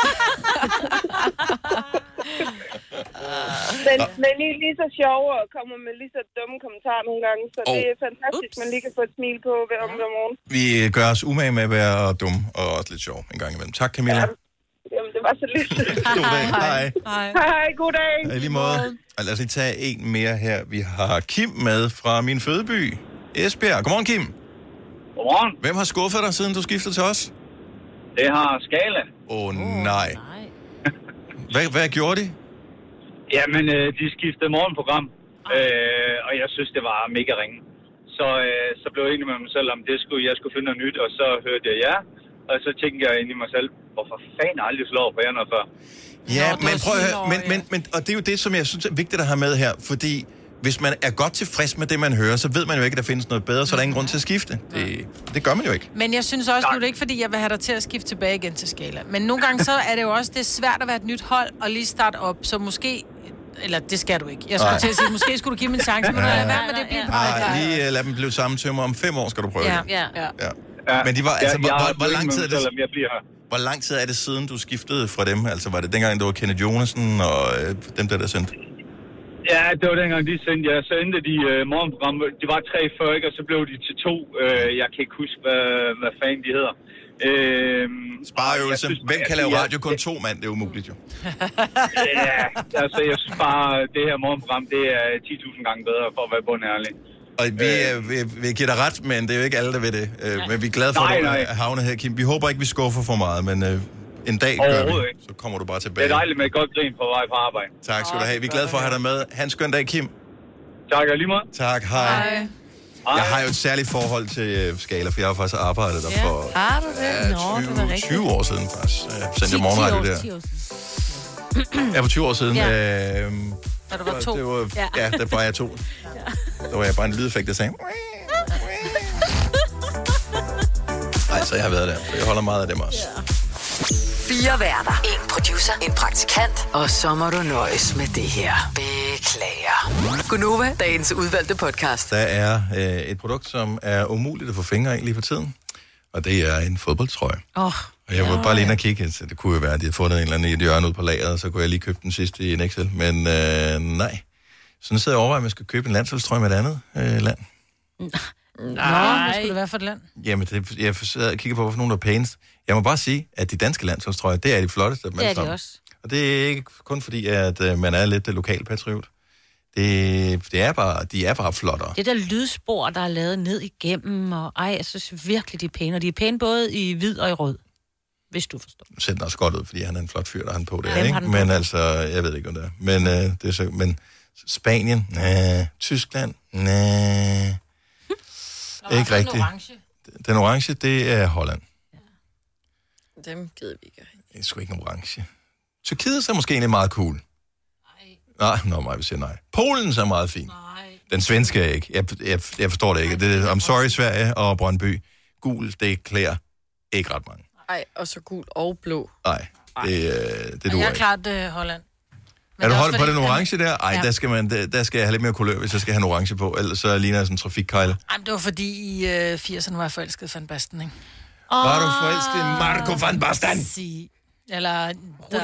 men I er lige så sjove og kommer med lige så dumme kommentarer nogle gange, så det er fantastisk, man lige kan få et smil på hver morgen.
Vi gør os umage med at være dumme og også lidt sjov en gang imellem. Tak, Camilla.
Ja. Jamen, det var så lidt.
God dag. Hej.
Hej, god dag.
I lige måde. Og lad os lige tage en mere her. Vi har Kim med fra min fødeby, Esbjerg. Godmorgen, Kim.
Godmorgen.
Hvem har skuffet dig, siden du skiftede til os?
Det har Skala.
Nej. Hvad gjorde de?
Jamen, de skiftede morgenprogram, og jeg synes, det var mega ringe. Så blev jeg enig med mig selv, om jeg skulle finde noget nyt, og så hørte jeg jer. Og så tænkte jeg ind i mig selv, hvorfor fanden aldrig slår på jer noget før?
Ja, men prøv at høre, men, og det er jo det, som jeg synes er vigtigt at have med her, fordi hvis man er godt tilfreds med det, man hører, så ved man jo ikke, at der findes noget bedre, så der er ingen grund til at skifte. Det gør man jo ikke.
Men jeg synes også, nu er det ikke, fordi jeg vil have dig til at skifte tilbage igen til Skala. Men nogle gange så er det jo også, det er svært at være et nyt hold og lige starte op, så måske Eller det skal du ikke. Jeg skulle til at sige, måske skulle du give mig en chance, men du lade være med det blive
lige lad dem blive sammentømmer. Om 5 år skal du prøve det.
Ja.
Men de var, altså, hvor lang tid er det? Hvor lang tid er det siden, du skiftede fra dem? Altså, var det dengang, det var Kenneth Jonasen og dem, der sendte?
Ja, det var dengang, de sendte. Ja, så endte de morgenprogram. Det var 3 før, ikke? Og så blev de til 2. Jeg kan ikke huske, hvad fanden de hedder.
Spareøvelse. Hvem kan lave radio? Kun 2 mand, det er umuligt jo.
Ja, altså jeg synes bare, det her morgenprogram, det er 10.000 gange bedre, for at være bundærlig.
Og vi giver dig ret, men det er jo ikke alle, der ved det. Men vi er glade for, at du er havnet her, Kim. Vi håber ikke, vi skuffer for meget, men en dag gør vi. Så kommer du bare tilbage.
Det er dejligt med et godt grin på vej fra arbejde.
Tak skal du have. Vi er glade for at have dig med. Ha' en skøn dag, Kim.
Tak, og lige meget.
Tak, hej. Jeg har jo et særligt forhold til Skala, for jeg har faktisk arbejdet der for
har du det?
20 år siden faktisk. Sendte jeg morgenradio der. Ja, for 20 år siden.
Da du var 2.
Ja, der var jeg 2. Der var jeg bare en lydeffekt, der sagde... Nej, så jeg har været der, for jeg holder meget af dem også.
4 værter. 1 producer. 1 praktikant. Og så må du nøjes med det her. Beklager. Gunova, dagens udvalgte podcast.
Der er et produkt, som er umuligt at få fingre i lige for tiden. Og det er en fodboldtrøje. Og jeg var bare lige inde og kigge. Så det kunne jo være, at de havde fundet en eller anden i et hjørne ude på lageret, så kunne jeg lige købe den sidste i en Excel. Men nej. Så nu sidder jeg og overvejer, om jeg skal købe en landsholdstrøje med et andet land.
Nej, hvad skulle det være for et land?
Jamen, jeg sidder og kigger på, hvorfor nogen der er pænest. Jeg må bare sige, at de danske landsholdstrøjer, det er de flotteste.
Det er de også.
Og det er ikke kun fordi, at man er lidt lokalpatriot. De er bare flottere.
Det der lydspor, der er lavet ned igennem, og jeg synes virkelig, de er pæne. Og de er pæne både i hvid og i rød, hvis du forstår.
Ser den også godt ud, fordi han er en flot fyr, der har han på det, ikke? Men altså, jeg ved ikke, om det er. Men, det er så, men Spanien, Tyskland, ikke rigtigt. Den orange, det er Holland.
Ja. Dem gider vi ikke.
Det er sgu ikke en orange. Tyrkiet er måske egentlig meget cool. Nej, vi siger nej. Polen er meget fin. Den svenske er ikke. Jeg forstår det ikke. Det er, I'm sorry, Sverige og Brøndby. Gul, det klæder ikke ret mange.
Nej, og så gul og blå.
Nej, det duer
jeg er klart Holland.
Men er du holdt på den orange der? Ej, der skal jeg have lidt mere kulør, hvis jeg skal have en orange på. Ellers så ligner jeg sådan en trafikkejle.
Jamen, det var fordi i 80'erne var jeg forelsket Van Basten, ikke?
Var du forelsket Marco Van Basten?
Eller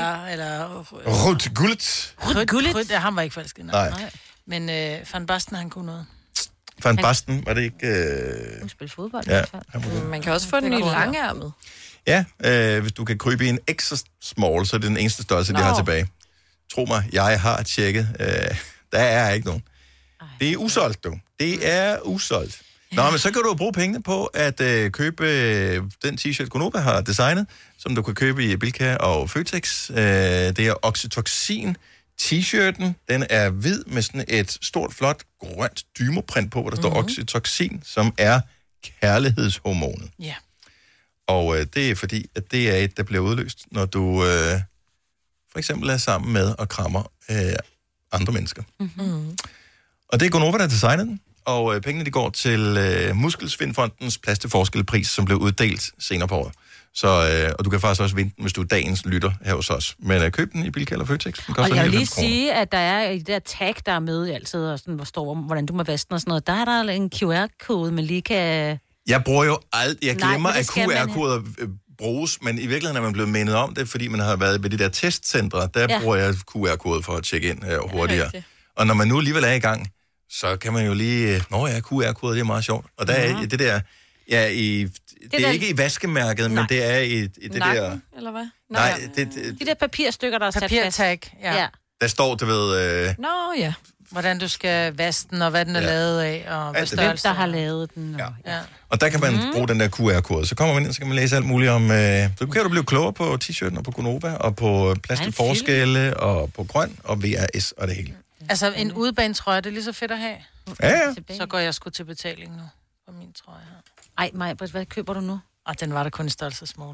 Ruud Gullit.
Ruud Gullit? Ja, han var ikke forelsket.
Nej.
Men Van Basten, han kunne noget.
Van Basten, var det ikke...
Han spiller fodbold.
Ja.
Man kan også få den i langærmet.
Ja, hvis du kan krybe i en extra small, så er det den eneste størrelse, de har tilbage. Tro mig, jeg har tjekket. Der er ikke nogen. Det er usolgt, du. Det er usolgt. Nå, men så kan du bruge pengene på at købe den t-shirt, Gunova har designet, som du kan købe i Bilka og Føtex. Det er Oxytocin. T-shirten, den er hvid med sådan et stort, flot, grønt dymoprint på, hvor der står Oxytocin, som er kærlighedshormonet.
Ja.
Og det er fordi, at det er et, der bliver udløst, når du for eksempel er sammen med og krammer andre mennesker. Mm-hmm. Og det er Gunova, der har designet den. Og pengene de går til Muskelsvindfondens Plads til Forskel-pris, som blev uddelt senere på året. Så, og du kan faktisk også vinde den, hvis du er dagens lytter her hos os. Men køb den i Bilka eller Føtex.
Og jeg vil lige sige, at der er i det der tag, der er med altid, og sådan, hvor står hvordan du må vaske den og sådan noget. Der er der en QR-kode, man lige kan...
Jeg bruger jo alt. Jeg glemmer, at QR-koder bruges, men i virkeligheden er man blevet mindet om det, fordi man har været ved de der testcentre. Der bruger jeg QR-kode for at tjekke ind hurtigere. Og når man nu alligevel er i gang, så kan man jo lige... QR-koder, det er meget sjovt. Og der er det der... Ja, det er ikke i vaskemærket, men det er i det
nakken, der... eller hvad?
Nej, de der papirstykker, der er sat fast.
Papirtag, ja.
Der står, du ved...
ja.
Hvordan du skal vaske den, og hvad den er lavet af, og hvad størrelse.
Der har lavet den. Og,
og der kan man bruge den der QR-kode. Så kommer man ind, så kan man læse alt muligt om... så kan du blive klogere på t-shirten, og på Gunova, og på Plads til Forskelle, og på grøn, og VRS, og det hele.
Altså, en udebanetrøje, det er lige så fedt at have.
Ja.
Så går jeg sgu til betaling nu, på min trøje her.
Ej, Maja, hvad køber du nu?
Og den var der kun i størrelse small.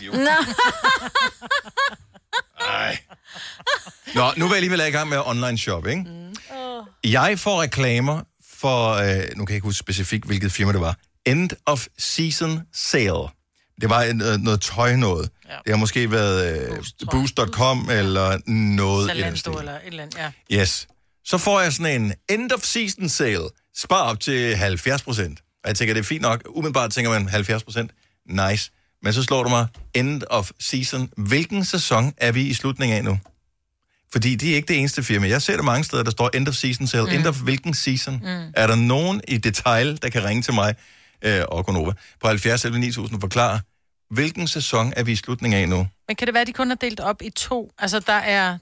Nej. Nå, nu vil jeg alligevel i gang med online shop, ikke? Jeg får reklamer for, nu kan jeg ikke huske specifikt, hvilket firma det var, End of Season Sale. Det var noget tøj noget.
Ja.
Det har måske været Boost.com eller noget i den stil.
Eller et eller andet, ja.
Yes. Så får jeg sådan en end of season sale. Spar op til 70%. Og jeg tænker, det er fint nok. Umiddelbart tænker man 70%. Nice. Men så slår du mig end of season. Hvilken sæson er vi i slutningen af nu? Fordi det er ikke det eneste firma. Jeg ser det mange steder, der står end of season sale. End of hvilken season? Er der nogen i detail, der kan ringe til mig og Gonova på 70 11 9000 og forklare, hvilken sæson er vi i slutningen af nu?
Men kan det være, at de kun er delt op i 2? Altså, der er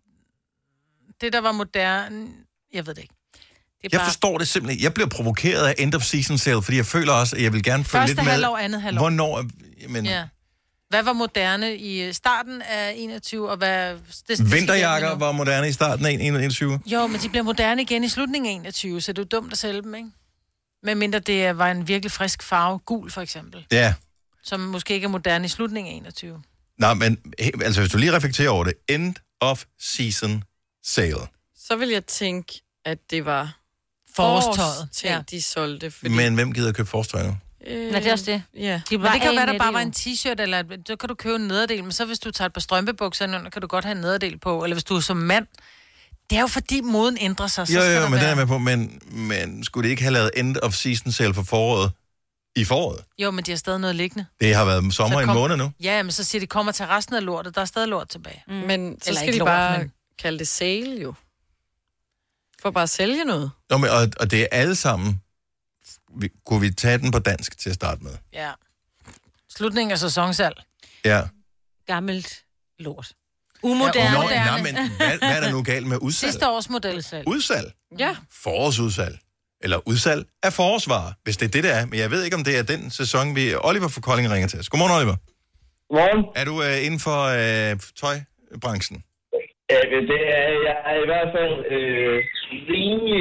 det, der var moderne... Jeg ved det ikke.
Jeg forstår det simpelthen. Jeg bliver provokeret af end of season sale, fordi jeg føler også, at jeg vil gerne følge lidt med.
Første halvår, andet halvår.
Hvornår... Men...
Ja. Hvad var moderne i starten af 21, og hvad...
Vinterjakker var moderne i starten af 21.
Jo, men de bliver moderne igen i slutningen af 21, så det er jo dumt at sælge dem, ikke? Medmindre det var en virkelig frisk farve, gul for eksempel.
Ja.
Som måske ikke er moderne i slutningen af 21.
Nej, men altså hvis du lige reflekterer over det, end of season sale.
Så vil jeg tænke, at det var
forårstøjet,
de solgte. Fordi...
Men hvem gider købe forårstøj nu?
Nej, det er også det.
Ja.
Men det kan jo være, der bare var en t-shirt, eller så kan du købe en nederdel, men så hvis du tager et par strømpebukser, kan du godt have en nederdel på, eller hvis du er som mand. Det er jo fordi moden ændrer sig. Så
Jo, men det er med på, men skulle det ikke have lavet end of season sale for foråret i foråret?
Jo, men de har stadig noget liggende.
Det har været sommer i en måned nu.
Ja, men så siger de, kommer til resten af lortet, der er stadig lort tilbage.
Men så skal de bare kalde det sale jo. For bare at sælge noget.
Nå, men, og det er alle sammen. Kunne vi tage den på dansk til at starte med?
Ja. Slutningen af sæsonsalg.
Ja.
Gammelt lort.
Umoderne.
Nej, men hvad er der nu galt med udsalg?
Sidste års modelsalg.
Udsalg?
Ja.
Forårsudsalg. Eller udsalg af forårsvarer, hvis det er det, der er. Men jeg ved ikke, om det er den sæson, Oliver fra Kolding ringer til os. Godmorgen, Oliver.
Godmorgen.
Er du inden for tøjbranchen?
Ja, det er jeg er i hvert fald rimelig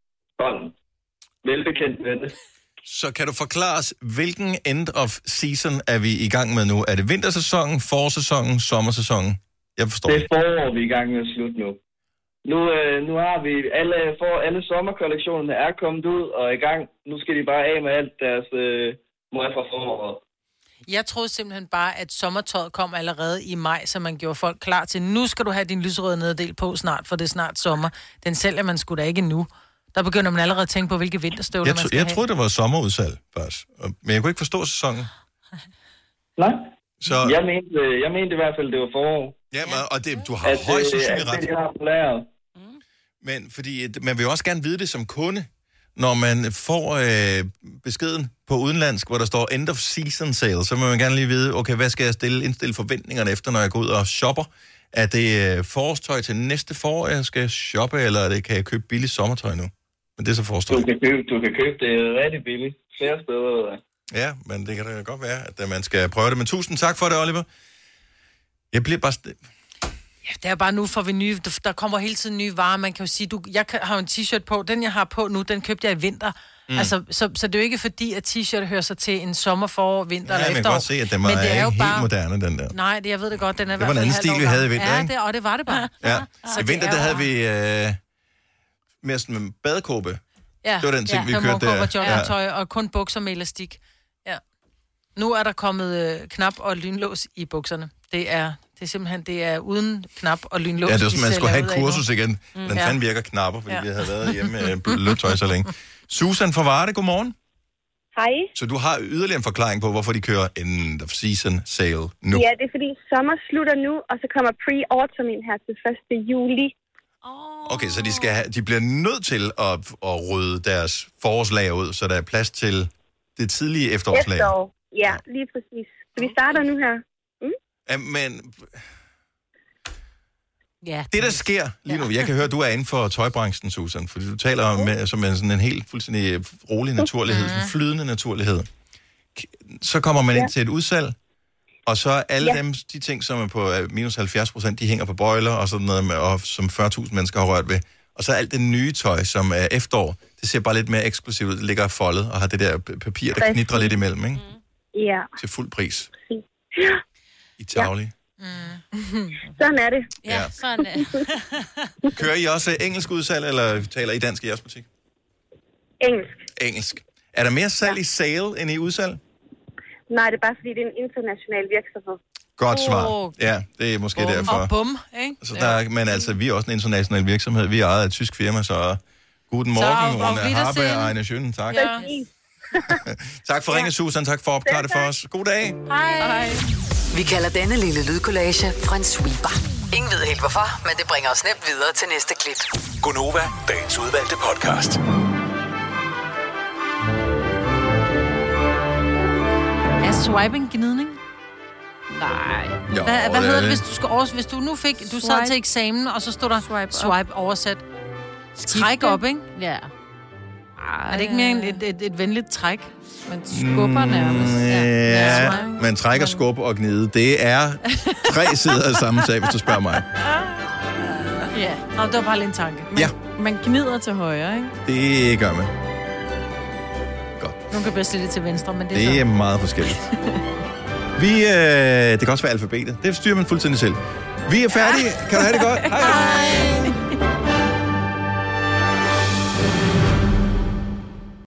velbekendt med det.
Så kan du forklare os, hvilken end of season er vi i gang med nu? Er det vintersæsonen, forårssæsonen, sommersæsonen? Jeg forstår det.
Det er forår, vi er i gang med at slutte nu. Nu har vi alle sommerkollektionerne er kommet ud og i gang. Nu skal de bare af med alt deres møg fra foråret.
Jeg troede simpelthen bare, at sommertøjet kom allerede i maj, så man gjorde folk klar til, nu skal du have din lyserøde nederdel på snart, for det er snart sommer. Den sælger man sgu da ikke nu. Der begynder man allerede at tænke på, hvilke vinterstøvler man skal have.
Jeg troede, det var sommerudsalg, faktisk. Men jeg kunne ikke forstå sæsonen.
Nej.
Så...
Jeg mente i hvert fald, det var forår.
Ja, og du har højst sandsynligt ret. Men fordi man vil jo også gerne vide det som kunde, når man får beskeden på udenlandsk, hvor der står end of season sale, så må man gerne lige vide, okay, hvad skal jeg indstille forventningerne efter, når jeg går ud og shopper? Er det forårstøj til næste forår, jeg skal shoppe, eller kan jeg købe billigt sommertøj nu? Men det er så forårstøj.
Du kan købe det rigtig billigt. Flere steder.
Ja, men det kan da godt være, at man skal prøve det. Men tusind tak for det, Oliver. Jeg bliver bare...
Ja, det er bare nu, får vi nye... Der kommer hele tiden nye varer. Man kan jo sige, jeg har en t-shirt på. Den, jeg har på nu, den købte jeg i vinter. Altså, så det er jo ikke fordi, at t-shirt hører sig til en sommer, forår, vinter eller efterår.
Ja, man kan godt se, at den var ikke helt bare... moderne, den der.
Nej, jeg ved det godt. Den er
det var en anden stil, vi havde i vinter, ikke?
Ja, og det var det bare.
Ja. I vinter, der havde vi mere sådan en badekåbe.
Ja,
det var den ting, vi kørte der.
Joggertøj og kun bukser med elastik. Ja. Nu er der kommet knap og lynlås i bukserne. Det er uden knap og lynlås.
Ja, det var sådan, man skulle have et kursus igen. Den fanden virker knapper, fordi vi havde været hjemme med blødt tøj så længe. Susan fra Varde, godmorgen.
Hej.
Så du har yderligere en forklaring på, hvorfor de kører end of season sale nu?
Ja, det er fordi sommer slutter nu, og så kommer pre-autumn ind her til 1. juli.
Okay, så de bliver nødt til at rydde deres forårslager ud, så der er plads til det tidlige efterårslager.
Efterår, ja, lige præcis. Så vi starter nu her.
Men det, der sker lige nu, jeg kan høre, at du er inden for tøjbranchen, Susan, fordi du taler om som sådan en helt fuldstændig rolig naturlighed, en flydende naturlighed. Så kommer man ind til et udsalg, og så alle de ting, som er på minus 70%, de hænger på bøjler og sådan noget, og som 40.000 mennesker har rørt ved. Og så alt det nye tøj, som er efterår, det ser bare lidt mere eksklusivt ud. Det ligger foldet og har det der papir, der knitrer lidt imellem, ikke?
Ja.
Til fuld pris.
Ja.
I Tavli.
Sådan er det.
Ja, sådan er det.
Kører I også engelsk udsalg, eller taler I dansk i jeres butik? Engelsk. Er der mere salg i sale end i udsalg?
Nej, det er bare fordi, det er en international virksomhed.
Godt svar. Ja, det er måske derfor.
Og bum, ikke?
Så men altså, vi er også en international virksomhed. Vi er ejet af et tysk firma, så guten morgen, Rune Harbe og Ejne Schøn. Tak. Ja. Tak for ringen, Susan. Tak for at opklare det for os. God dag.
Hej. Vi kalder denne lille lydkollage en sweeper. Ingen ved helt hvorfor, men det bringer os nemt videre til næste klip.
Gonova, dagens udvalgte podcast.
Er swiping gnidning? Nej.
Jo,
hvad hedder det, hvis du nu fik... Du sad til eksamen, og så stod der swipe oversat. Træk op, ikke?
Ja.
Er det ikke mere et venligt træk?
Man skubber nærmest.
Ja, man trækker, skub og gnide. Det er 3 sider af samme sag, hvis du spørger mig.
Ja, og det var bare lige en tanke.
Man gnider til højre, ikke?
Det gør man.
Nogle kan bedst lidt til venstre, men
det er meget forskelligt. Det kan også være alfabetet. Det styrer man fuldstændig selv. Vi er færdige. Kan du have det godt? Hej.